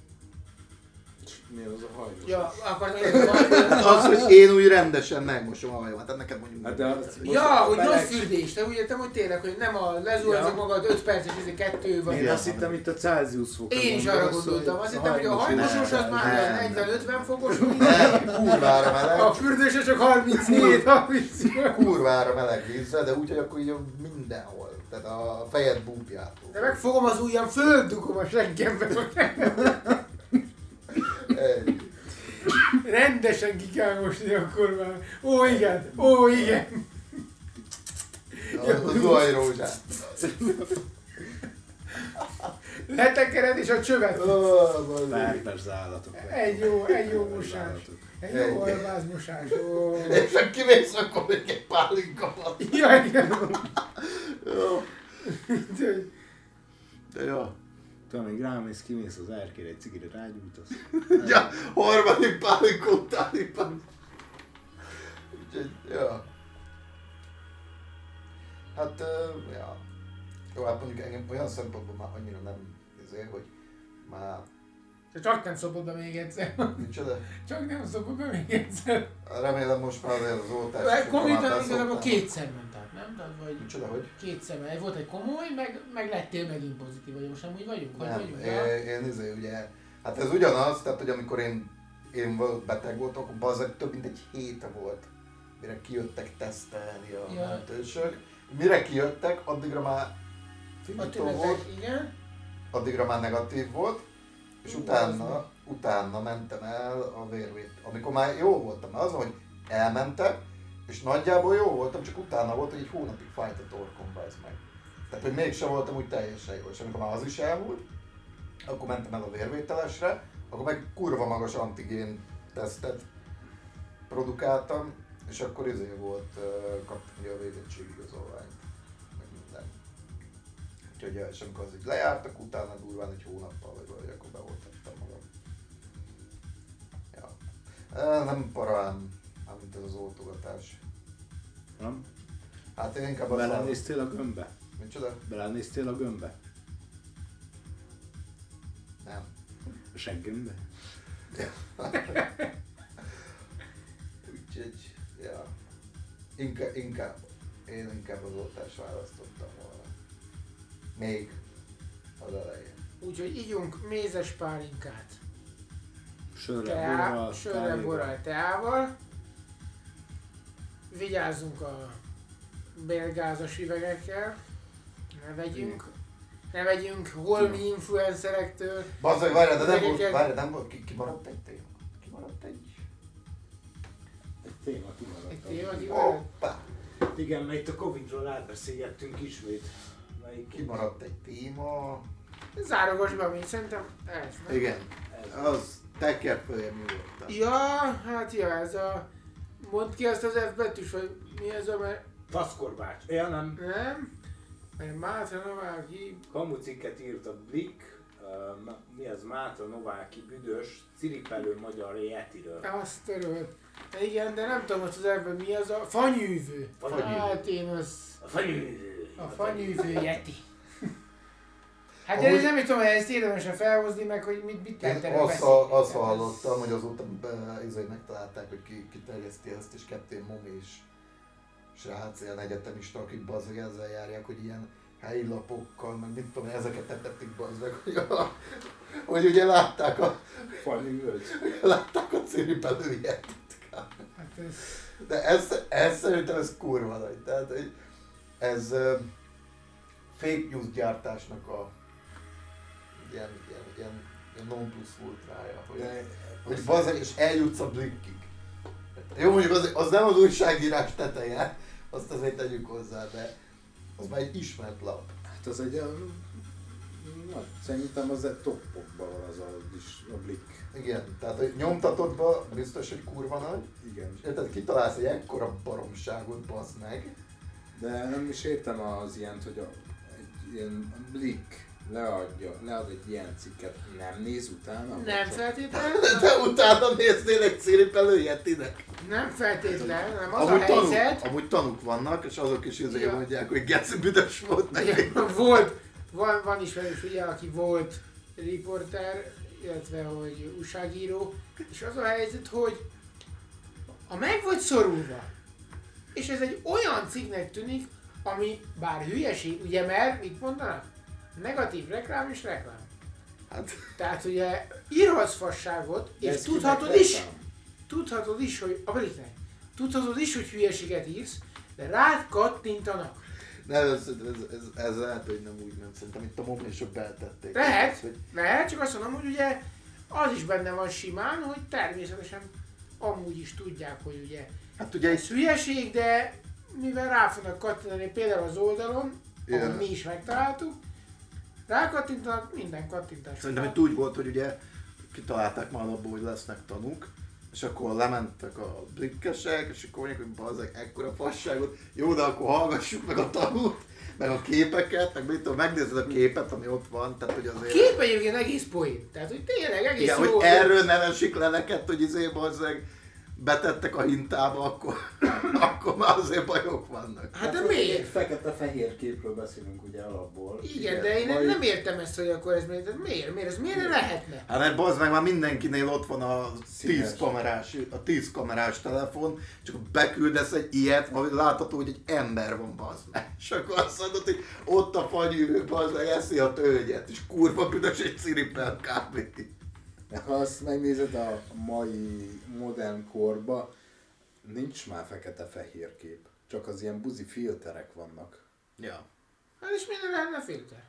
[SPEAKER 3] Mi az a hajdos?
[SPEAKER 2] Ja, akkor
[SPEAKER 1] Hát az, hogy én úgy rendesen megmosom a hajamat, hát neked mondjuk...
[SPEAKER 3] Hát de az-
[SPEAKER 2] Ja, hogy
[SPEAKER 3] meleg-
[SPEAKER 2] nagy fürdés, de úgy értem, hogy tényleg, hogy nem a lezuhanyzok
[SPEAKER 3] Ja.
[SPEAKER 2] magad öt perces, ez kettő vagy.
[SPEAKER 3] Én azt hittem itt a Celsius fokra
[SPEAKER 2] Én is arra gondoltam, azt hittem, hogy a hajmosos az már
[SPEAKER 1] Nem,
[SPEAKER 2] olyan
[SPEAKER 1] nem.
[SPEAKER 2] negyven-ötven fokos,
[SPEAKER 1] Nem, kurvára meleg.
[SPEAKER 2] a fürdős csak harminchét harmincnyolc.
[SPEAKER 1] Kurvára meleg vízre, de úgy, hogy akkor így mindenhol. Tehát a fejed búbjától.
[SPEAKER 2] De megfogom az ujjam, földugom a seggembe.
[SPEAKER 1] Egy.
[SPEAKER 2] Rendesen ki kell mosni akkor már. Ó igen, ó igen.
[SPEAKER 1] A zuhanyrózsát.
[SPEAKER 2] Letekered és a csövet.
[SPEAKER 3] Pervers állatok.
[SPEAKER 2] Egy jó, egy jó mosás.
[SPEAKER 3] állatok.
[SPEAKER 2] Egy jó alváz mosás. Ó.
[SPEAKER 1] És ha kimész, akkor még egy pálinka van.
[SPEAKER 2] Ja, igen.
[SPEAKER 1] Jó.
[SPEAKER 2] Úgyhogy
[SPEAKER 1] De jó.
[SPEAKER 3] Tudom, még rámész, kimész az erkére, egy cigire rágyújtasz.
[SPEAKER 1] Ja, harmadik pálinka utáni pálinka. Úgyhogy, ja. Hát, uh, ja. Jó, hát mondjuk engem olyan szempontból már annyira nem ezért, hogy már...
[SPEAKER 2] csak nem szopod be még egyszer.
[SPEAKER 1] Micsoda?
[SPEAKER 2] Csak nem szopod be még egyszer.
[SPEAKER 1] Remélem most már azért az oltás...
[SPEAKER 2] Vagy
[SPEAKER 1] sokkal
[SPEAKER 2] Konkrétan
[SPEAKER 1] már
[SPEAKER 2] igazából
[SPEAKER 1] beszoktam.
[SPEAKER 2] kétszer ment át, nem? Tehát, vagy
[SPEAKER 1] Micsoda, hogy?
[SPEAKER 2] kétszer ment. Volt egy komoly, meg, meg lettél megint pozitív, vagy most nem úgy vagyunk? Hogy
[SPEAKER 1] Nem,
[SPEAKER 2] vagyunk?
[SPEAKER 1] én, én izé ugye... Hát ez ugyanaz, tehát hogy amikor én, én volt, beteg voltam, akkor bazzeg több mint egy héte volt, mire kijöttek tesztelni a
[SPEAKER 2] Ja.
[SPEAKER 1] mentősök. Mire kijöttek, addigra már
[SPEAKER 2] A
[SPEAKER 1] finitó volt,
[SPEAKER 2] tünetek, igen.
[SPEAKER 1] addigra már negatív volt, és
[SPEAKER 2] Ú, az
[SPEAKER 1] utána, utána mentem el a vérvét. Amikor már jó voltam, mert az, hogy elmentek, és nagyjából jó voltam, csak utána volt, hogy egy hónapig fájt a torkomba ez meg. Tehát, hogy mégsem voltam úgy teljesen jó, és amikor már az is elmúlt, akkor mentem el a vérvételesre, akkor meg kurva magas antigén tesztet produkáltam, és akkor izé volt, uh, kaptam ugye a védettségigazolványt, meg minden. Úgyhogy, és amikor az így lejártak, utána durván egy hónappal vagy valahogy, akkor beoltattam magam. Ja. Uh, nem parám, ám mint ez az oltogatás.
[SPEAKER 3] Nem?
[SPEAKER 1] Hát én inkább azt
[SPEAKER 3] Belenéztél a gömbbe?
[SPEAKER 1] Micsoda?
[SPEAKER 3] Belenéztél a gömbbe?
[SPEAKER 1] Nem.
[SPEAKER 3] A seggömbbe?
[SPEAKER 1] Úgyhogy, ja. Inkább, inkább, én inkább az oltást választottam volna. Még az elején.
[SPEAKER 2] Úgyhogy ígyunk mézes pálinkát.
[SPEAKER 3] Sörrel,
[SPEAKER 2] Teá,
[SPEAKER 3] borral,
[SPEAKER 2] sörrel,
[SPEAKER 3] kávéval.
[SPEAKER 2] borral, teával. Vigyázzunk a belgázas üvegekkel. Ne vegyünk. Ne vegyünk holmi influencerektől.
[SPEAKER 1] Bazzag, várjál, de nem volt,
[SPEAKER 2] Üvegekkel-
[SPEAKER 1] várjál, nem volt, ki, kimaradt egy téma. kimaradt egy...
[SPEAKER 5] Egy téma kimaradt.
[SPEAKER 2] Egy téma
[SPEAKER 5] abból.
[SPEAKER 2] kimaradt?
[SPEAKER 1] Hoppá!
[SPEAKER 4] Igen, mert itt a Covidról elbeszélgettünk ismét. Melyik
[SPEAKER 1] Kimaradt egy téma...
[SPEAKER 2] Zárogosban még szerintem ez, nem?
[SPEAKER 1] Igen,
[SPEAKER 4] Ez.
[SPEAKER 1] az tekerfölje nyugodtan.
[SPEAKER 2] Ja, hát ja, ez a... Mondd ki azt az F betűs, vagy mi ez a... Mert...
[SPEAKER 4] Taszkorbács. Ja nem.
[SPEAKER 2] Nem? Mert Mátra Nováki...
[SPEAKER 4] Kamucikket írt a Blik. Uh, ma- mi az Mátra Nováki büdös ciripelő magyar Yetiről.
[SPEAKER 2] Azt törölt. De igen, de nem tudom, hogy az ebben mi az a... Fanyűvő.
[SPEAKER 4] Fanyűvő.
[SPEAKER 2] Hát én az...
[SPEAKER 4] A fanyűvő.
[SPEAKER 2] A fanyűvő Yeti. Hát
[SPEAKER 1] Ahogy-
[SPEAKER 2] én ezt nem is tudom, hogy ezt érdemesen felhozni meg, hogy mit, mit lehet
[SPEAKER 1] Én
[SPEAKER 2] erről
[SPEAKER 1] azt,
[SPEAKER 2] beszélni.
[SPEAKER 1] ha, azt
[SPEAKER 2] Tehát ez-
[SPEAKER 1] hallottam, hogy azóta uh, izé megtalálták, hogy ki, ki terjeszti ezt, és Captain Mom és srác, ilyen egyetemista, akik bazdmeg ezzel járják, hogy ilyen helyi lapokkal, meg mit tudom, ezeket tették bazdmeg, hogy, a, hogy ugye látták a,
[SPEAKER 5] Fanny völgy.
[SPEAKER 1] látták a ciripelőjet.
[SPEAKER 2] Hát ez...
[SPEAKER 1] De ez, ez szerintem ez kurva nagy, tehát hogy ez uh, fake news gyártásnak a ilyen, ilyen, ilyen, ilyen non plus ultrája, hogy,
[SPEAKER 5] De
[SPEAKER 1] hogy bazdmeg, és eljutsz a Blikkig. Jó, mondjuk az, az nem az újságírás teteje, azt azért tegyük hozzá, de az már egy ismert lap.
[SPEAKER 5] hát az egy olyan... Na, szerintem az egy toppokban van az a, is, a Blik.
[SPEAKER 1] Igen, tehát hogy nyomtatottban biztos, hogy kurva nagy,
[SPEAKER 5] Igen.
[SPEAKER 1] és érted, kitalálsz egy ekkora baromságot, baszd meg.
[SPEAKER 5] De nem is értem az ilyent, hogy a, egy ilyen Blik leadja, lead egy ilyen cikket, nem néz utána?
[SPEAKER 2] Nem
[SPEAKER 5] Vagy
[SPEAKER 2] feltétlenül,
[SPEAKER 1] De utána néznél egy ciripelő Yetinek.
[SPEAKER 2] nem feltétlenül, hanem az
[SPEAKER 1] Amúgy,
[SPEAKER 2] a
[SPEAKER 1] tanúk,
[SPEAKER 2] helyzet,
[SPEAKER 1] amúgy tanúk vannak, és azok is azért
[SPEAKER 2] Ja.
[SPEAKER 1] mondják, hogy geci büdös volt neki.
[SPEAKER 2] igen, volt, van, van ismerős ugye, aki volt riporter, illetve hogy újságíró, és az a helyzet, hogy ha meg vagy szorulva, és ez egy olyan cikknek tűnik, ami bár hülyeség, ugye mert, mit mondanak? Negatív reklám és reklám.
[SPEAKER 1] Hát,
[SPEAKER 2] Tehát ugye írhatsz fasságot,
[SPEAKER 5] De
[SPEAKER 2] és
[SPEAKER 5] ez
[SPEAKER 2] tudhatod
[SPEAKER 5] kinek
[SPEAKER 2] is,
[SPEAKER 5] reklám?
[SPEAKER 2] tudhatod is, hogy a Bliknek, tudhatod is, hogy hülyeséget írsz, de rád kattintanak.
[SPEAKER 1] nem, ez, ez, ez, ez lehet, hogy nem úgy nem. Szerintem itt a momésok beltették.
[SPEAKER 2] Lehet,
[SPEAKER 1] Hogy
[SPEAKER 2] lehet, csak azt mondom, hogy ugye az is benne van simán, hogy természetesen amúgy is tudják, hogy ugye
[SPEAKER 1] hát ugye
[SPEAKER 2] ez
[SPEAKER 1] egy,
[SPEAKER 2] hülyeség, de mivel rá fognak kattintani például az oldalon,
[SPEAKER 1] Igen.
[SPEAKER 2] ahol mi is megtaláltuk, rákattintanak, minden kattintás.
[SPEAKER 1] szerintem itt úgy volt, hogy ugye kitalálták már abból, hogy lesznek tanúk, és akkor lementek a blikkesek, és akkor mondják, hogy bazzeg, ekkora fasságot, jó, de akkor hallgassuk meg a tanút, meg a képeket, meg mit tudom, megnézed a képet, ami ott van, tehát hogy azért...
[SPEAKER 2] Kép egyébként egész poén, tehát hogy tényleg egész
[SPEAKER 1] Igen,
[SPEAKER 2] jó.
[SPEAKER 1] hogy erről nem esik le neked, hogy izé bazzeg betettek a hintába, akkor, akkor már azért bajok vannak.
[SPEAKER 2] Hát de
[SPEAKER 5] Egy
[SPEAKER 2] miért?
[SPEAKER 5] fekete-fehér képről beszélünk ugye alapból.
[SPEAKER 2] Igen, de én
[SPEAKER 5] Majd-
[SPEAKER 2] nem értem ezt, hogy akkor ez miért, miért, miért, ez miért ne lehetne?
[SPEAKER 1] Hát mert bazd meg, már mindenkinél ott van a tíz
[SPEAKER 5] Színes.
[SPEAKER 1] kamerás, a tíz kamerás telefon, csak beküldesz egy ilyet, majd látható, hogy egy ember van, bazd meg. És akkor azt mondod, hogy ott a fagyűrű, bazd meg, eszi a tölgyet, és kurva büdös egy ciripel kb.
[SPEAKER 5] Ha azt megnézed a mai modern korba, nincs már fekete-fehér kép. Csak az ilyen buzi filterek vannak.
[SPEAKER 1] Ja.
[SPEAKER 2] Hát és miért ne lehetne filter?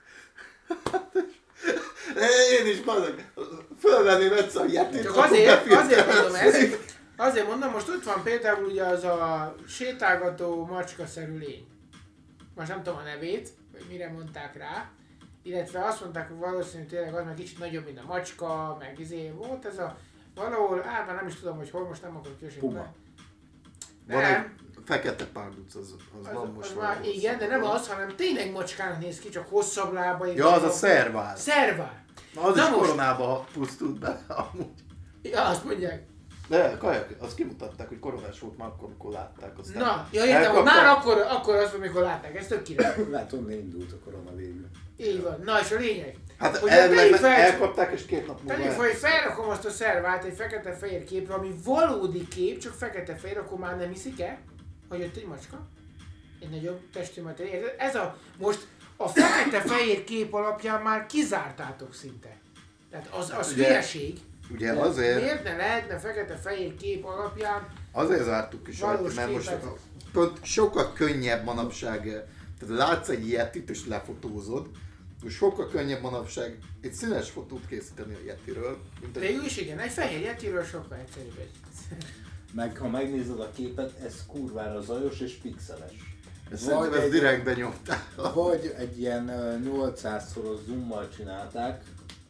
[SPEAKER 1] Én is, bazd meg, fölvenném egyszer a Yetit,
[SPEAKER 2] Csak
[SPEAKER 1] akkor
[SPEAKER 2] azért, azért
[SPEAKER 1] befiltereznék.
[SPEAKER 2] mondom ezt, azért mondom, most ott van például ugye az a sétálgató macskaszerű lény. Most nem tudom a nevét, hogy mire mondták rá, illetve azt mondták, hogy valószínűleg tényleg az, meg kicsit nagyobb, mint a macska, meg izé volt ez a valahol, á, már nem is tudom, hogy hol, most nem akarok kiesni.
[SPEAKER 5] Puma.
[SPEAKER 1] Van egy
[SPEAKER 2] Nem,
[SPEAKER 1] fekete párduc, az, az,
[SPEAKER 2] az,
[SPEAKER 1] van most
[SPEAKER 2] az már,
[SPEAKER 1] valahol.
[SPEAKER 2] igen, de nem az, hanem tényleg macskának néz ki, csak hosszabb lábai.
[SPEAKER 1] Ja, az a szervál.
[SPEAKER 2] Szervál.
[SPEAKER 1] Na, az
[SPEAKER 2] Na
[SPEAKER 1] is
[SPEAKER 2] most.
[SPEAKER 1] koronába pusztult be, amúgy.
[SPEAKER 2] Ja, azt mondják.
[SPEAKER 1] De kajak, azt kimutatták, hogy koronás volt már akkor, amikor látták. Aztán
[SPEAKER 2] Na, ja, értem, hogy
[SPEAKER 1] elkapták-
[SPEAKER 2] már akkor, akkor az, amikor látták, ez tök király.
[SPEAKER 5] Lehet, onnan indult a korona végül.
[SPEAKER 2] Így van. Na és a lényeg.
[SPEAKER 1] Hát
[SPEAKER 2] Hogy
[SPEAKER 1] elvileg
[SPEAKER 2] tegyük
[SPEAKER 1] meg
[SPEAKER 2] fel-
[SPEAKER 1] elkapták, és két nap múlva
[SPEAKER 2] Tegyük fel,
[SPEAKER 1] el...
[SPEAKER 2] hogy felrakom azt a szervát egy fekete-fehér képre, ami valódi kép, csak fekete-fehér, akkor már nem hiszik el, hogy ott egy macska. Egy nagyobb testű materiál. Érted? Ez a, most a fekete-fehér kép alapján már kizártátok szinte. Tehát az, az
[SPEAKER 1] ugye-
[SPEAKER 2] hülyeség.
[SPEAKER 1] Ugye azért,
[SPEAKER 2] Miért ne lehetne fekete-fehér kép alapján
[SPEAKER 1] azért zártuk is
[SPEAKER 2] valós
[SPEAKER 1] rajta, mert most
[SPEAKER 2] képet?
[SPEAKER 1] pont sokkal könnyebb manapság. Tehát látsz egy Yetit és lefotózod, sokkal könnyebb manapság egy színes fotót készíteni a Yetiről, mint egy...
[SPEAKER 2] Végül is igen, egy fehér Yetiről sokkal egyszerűbb egy.
[SPEAKER 5] Meg ha megnézed a képet, ez kurvára zajos és pixeles.
[SPEAKER 1] Szerintem ezt direkt benyomtál.
[SPEAKER 5] Vagy egy ilyen nyolcszázszoros zoommal csinálták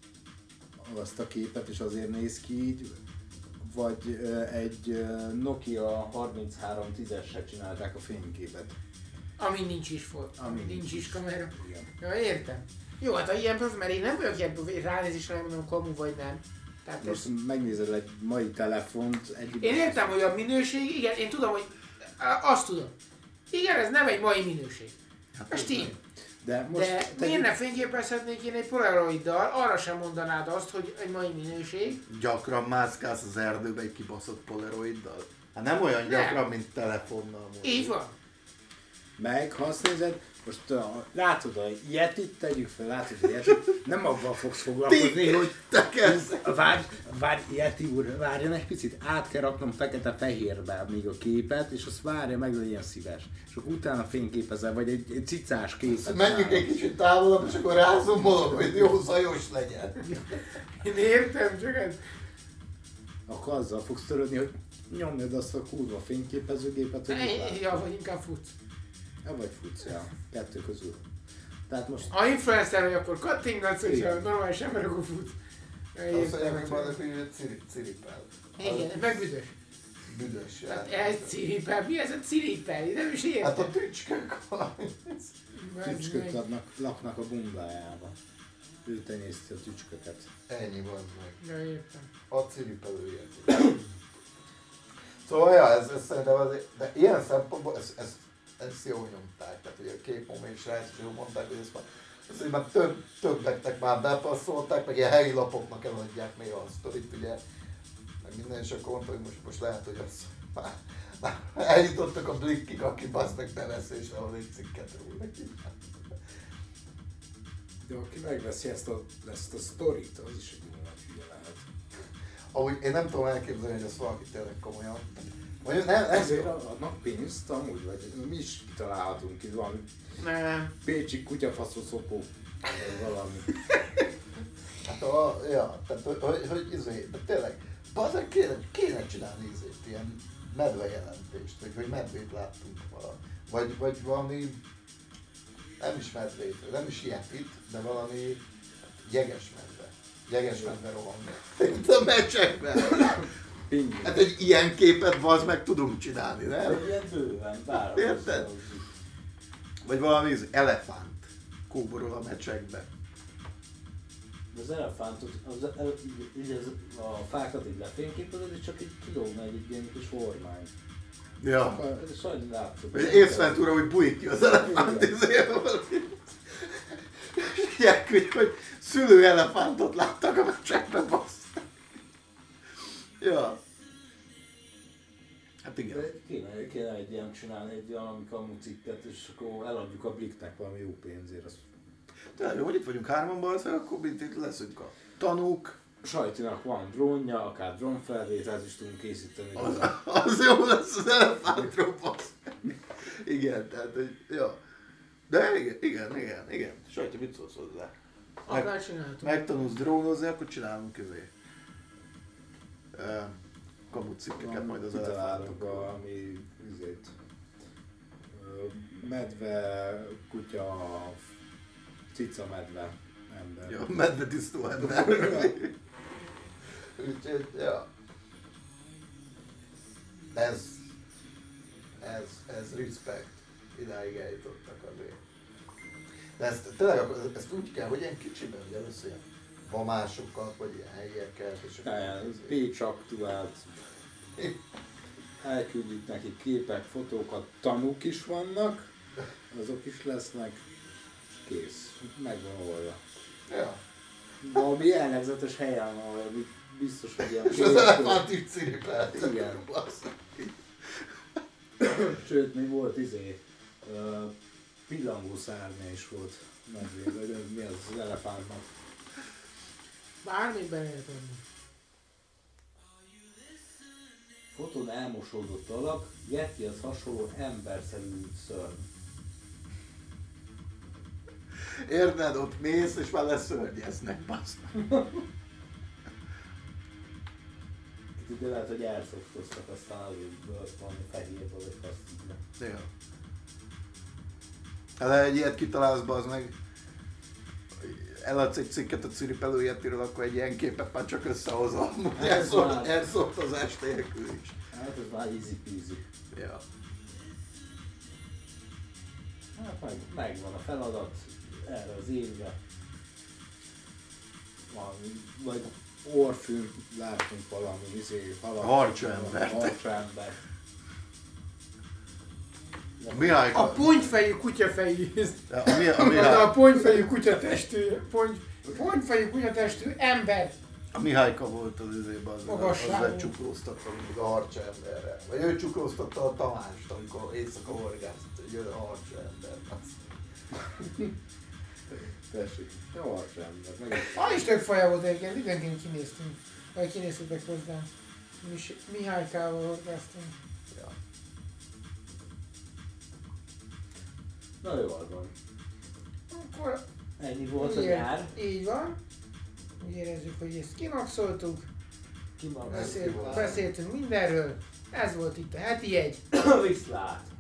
[SPEAKER 5] azt a képet, és azért néz ki így, vagy egy Nokia harminchárom tízessel csinálták a fényképet.
[SPEAKER 2] Ami nincs is fot, ami nincs, nincs is kamera.
[SPEAKER 5] Igen.
[SPEAKER 2] Ja, értem. Jó, hát ha ilyen profi, mert én nem vagyok ilyen ránézésre, nem mondom kamu vagy nem. Tehát
[SPEAKER 5] Most
[SPEAKER 2] ez...
[SPEAKER 5] megnézed egy mai telefont, egy...
[SPEAKER 2] Én értem, hogy a minőség, igen, én tudom, hogy azt tudom. Igen, ez nem egy mai minőség.
[SPEAKER 1] Hát
[SPEAKER 2] Most
[SPEAKER 1] ez
[SPEAKER 2] így.
[SPEAKER 1] nem.
[SPEAKER 5] De, most
[SPEAKER 2] De
[SPEAKER 5] te
[SPEAKER 2] miért ne fényképezhetnék én egy polaroiddal, arra sem mondanád azt, hogy egy mai minőség.
[SPEAKER 1] Gyakran mászkálsz az erdőbe egy kibaszott polaroiddal? Hát nem olyan gyakran,
[SPEAKER 2] Nem.
[SPEAKER 1] mint telefonnal. Mondjuk.
[SPEAKER 2] Így van.
[SPEAKER 5] Meg, ha azt nézed, most uh, látod a Yetit, tegyük fel, látod a Yetit, nem abban fogsz foglalkozni, hogy
[SPEAKER 1] Te kezd!
[SPEAKER 5] várj, várj, Yeti úr, várjon egy picit, át kell raknom fekete-fehérbe még a képet, és azt várja meg, legyen szíves. És akkor utána fényképezel, vagy egy, egy cicás képet.
[SPEAKER 1] Menjünk egy kicsit távolabb, és akkor rázomolom, hogy jó zajos legyen.
[SPEAKER 2] Én értem, csak ez...
[SPEAKER 5] Akkor azzal fogsz törődni, hogy nyomjad azt a kurva fényképezőgépet, hogy
[SPEAKER 2] Ej, ja, vagy inkább futsz.
[SPEAKER 5] ja, vagy futsz, ja, kettő közül. Tehát most
[SPEAKER 2] Ha influencer vagy, akkor kattingatsz, és
[SPEAKER 5] Igen.
[SPEAKER 2] ha normális ember, akkor futsz. Ja,
[SPEAKER 1] Azt mondják,
[SPEAKER 2] értem.
[SPEAKER 1] hogy vannak, hogy ciri- ciripel.
[SPEAKER 2] Igen, meg büdös.
[SPEAKER 1] Büdös.
[SPEAKER 2] Hát ez ciripel, mi ez a ciripel? Én nem is értem.
[SPEAKER 1] Hát a tücskök van.
[SPEAKER 2] Meg-
[SPEAKER 5] tücsköt
[SPEAKER 2] meg-
[SPEAKER 5] adnak, laknak a bundájába. Ő tenyészti a tücsköket.
[SPEAKER 1] Ennyi van meg.
[SPEAKER 2] Ja, értem.
[SPEAKER 1] A ciripelője. Szóval, ja, ez, ez szerintem azért, de ilyen szempontból ezt, ezt, ezt jól nyomták. Tehát ugye a képmom és rá is jól mondták, hogy ezt már, ezt így már több, többeknek már bepasszolták, meg ilyen helyi lapoknak eladják még a sztorit, ugye. Meg minden, és akkor mondta, hogy most, most lehet, hogy az már, már eljutottak a blikkig, aki bassz meg beveszi, és ahol egy cikket róla.
[SPEAKER 5] De aki megveszi ezt a, ezt a sztorit, az is egy jó nagy hülye lehet.
[SPEAKER 1] Ahogy én nem tudom elképzelni, hogy ezt valaki tényleg komolyan. Vagy nem, nem
[SPEAKER 5] Ezért
[SPEAKER 1] tudom.
[SPEAKER 5] adnak pénzt amúgy, vagy mi is kitalálhatunk itt valami
[SPEAKER 2] Nem.
[SPEAKER 5] pécsi kutyafaszószopó, vagy valami.
[SPEAKER 1] Hát a, ja, tehát hogy, hogy, hogy izé, de tényleg, bazen kéne, kéne csinálni izét, ilyen medve jelentést, vagy, vagy medvét láttunk vala. Vagy, vagy valami, nem is medvét, nem is Yetit, de valami jeges medve. Jeges medve rohang. Mint a meccsekben.
[SPEAKER 5] Pingvin.
[SPEAKER 1] Hát egy ilyen képet bazd meg tudunk csinálni, nem?
[SPEAKER 5] Ilyen bőven, bárhol.
[SPEAKER 1] Érted? Vagy valami izé, elefánt kóborol a meccsekbe.
[SPEAKER 5] De az elefántot, az, el, így, így az, a fákat így lefényképezed, és csak így kilógna egy, egy ilyen kis ormány.
[SPEAKER 1] Ja.
[SPEAKER 5] Ez sajnos látszod.
[SPEAKER 1] Észventúra, hogy bújik ki az elefánt
[SPEAKER 5] Igen.
[SPEAKER 1] izéből. Ilyek, hogy, hogy szülő elefántot láttak a meccsekben, bassz. Ja. Hát igen.
[SPEAKER 5] De kéne, kéne egy ilyen csinálni, egy valami kamu cikket, és akkor eladjuk a Blicknek valami jó pénzért. Azt
[SPEAKER 1] Tehát, hogy itt vagyunk hárman, bassz, akkor itt, itt leszünk a tanúk.
[SPEAKER 5] Sajtinak van drónja, akár drónfelvételt is tudunk készíteni.
[SPEAKER 1] Az, az jó lesz az elefántról, bassz. Igen, tehát, hogy, ja. De igen, igen, igen, igen. Sajti, mit szólsz hozzá?
[SPEAKER 2] Akár csinálhatunk.
[SPEAKER 1] Megtanulsz drónozni, akkor csinálunk kövé. Uh, kamucikkeket majd az
[SPEAKER 5] Kitalálok
[SPEAKER 1] elefántokkal.
[SPEAKER 5] valami üzét. Ö, Medve, kutya, cica medve, ember.
[SPEAKER 1] Ja, medve tisztó ember. Úgyhogy, ja. Ez, ez, ez respect. Idáig eljutottak azért. De ezt tényleg akkor ezt úgy kell, hogy ilyen kicsiben, hogy először ilyen bamásokat, vagy ilyen helyieket, és akkor...
[SPEAKER 5] Tehát Pécs aktuált. Elküldjük neki képek, fotókat, tanúk is vannak, azok is lesznek. Kész, megvan oldva.
[SPEAKER 1] Ja.
[SPEAKER 5] Valami jellegzetes helyen van, valami biztos, hogy ilyen
[SPEAKER 1] És az elefánt így ciripelt.
[SPEAKER 5] Igen. Sőt, még volt izé, uh, pillangó szárnya is volt medvéd, vagy mi az az elefántnak.
[SPEAKER 2] Bármit beleértem.
[SPEAKER 5] Fotón elmosódott alak, Yetihez hasonló emberszerű szörny.
[SPEAKER 1] Érted? Ott mész, és már leszörnyeznek, bassz.
[SPEAKER 4] De lehet, hogy elszoktoztak, aztán azért volt valami fehérbe, vagy faszítva.
[SPEAKER 1] Ja. Hát ha egy ilyet kitalálsz, bazd meg, eladsz egy cikket a ciripelő Yetiről, akkor egy ilyen képet már csak összehozol. Airsoftozás nélkül is.
[SPEAKER 4] Hát ez már easy peasy.
[SPEAKER 1] Ja.
[SPEAKER 4] Hát meg, megvan a feladat erre az évre.
[SPEAKER 3] Valami, vagy orfűn látunk valami izé, halak.
[SPEAKER 1] Harcsa embert.
[SPEAKER 3] Harcsa embert.
[SPEAKER 1] Mihály,
[SPEAKER 2] A pontyfejű kutyafejű.
[SPEAKER 1] a, mi, a,
[SPEAKER 2] A,
[SPEAKER 1] Mihály,
[SPEAKER 2] a pontyfejű kutyatestű, ponty, pontyfejű kutyatestű ember.
[SPEAKER 1] a Mihályka volt az izében, az, az
[SPEAKER 2] Magasságú.
[SPEAKER 1] lecsukróztatta mindig a harcsa emberre. Vagy ő csukróztatta a Tamást, amikor éjszaka horgászott, hogy ő a harcsa ember.
[SPEAKER 3] Tessék, jó harcsa ember. Meg is.
[SPEAKER 2] Ah, is tök faja volt egyébként, időnként kinéztünk. Vagy kinéztetek hozzá. Mi is Mihálykával horgáztunk.
[SPEAKER 1] Ja.
[SPEAKER 4] Na jól van.
[SPEAKER 2] Akkor
[SPEAKER 4] Ennyi volt a
[SPEAKER 2] így-
[SPEAKER 4] nyár.
[SPEAKER 2] Így van. Úgy érezzük, hogy ezt kimaxoltuk.
[SPEAKER 4] Ki van?
[SPEAKER 2] Beszélt, beszéltünk mindenről. Ez volt itt a heti egy.
[SPEAKER 4] Viszlát.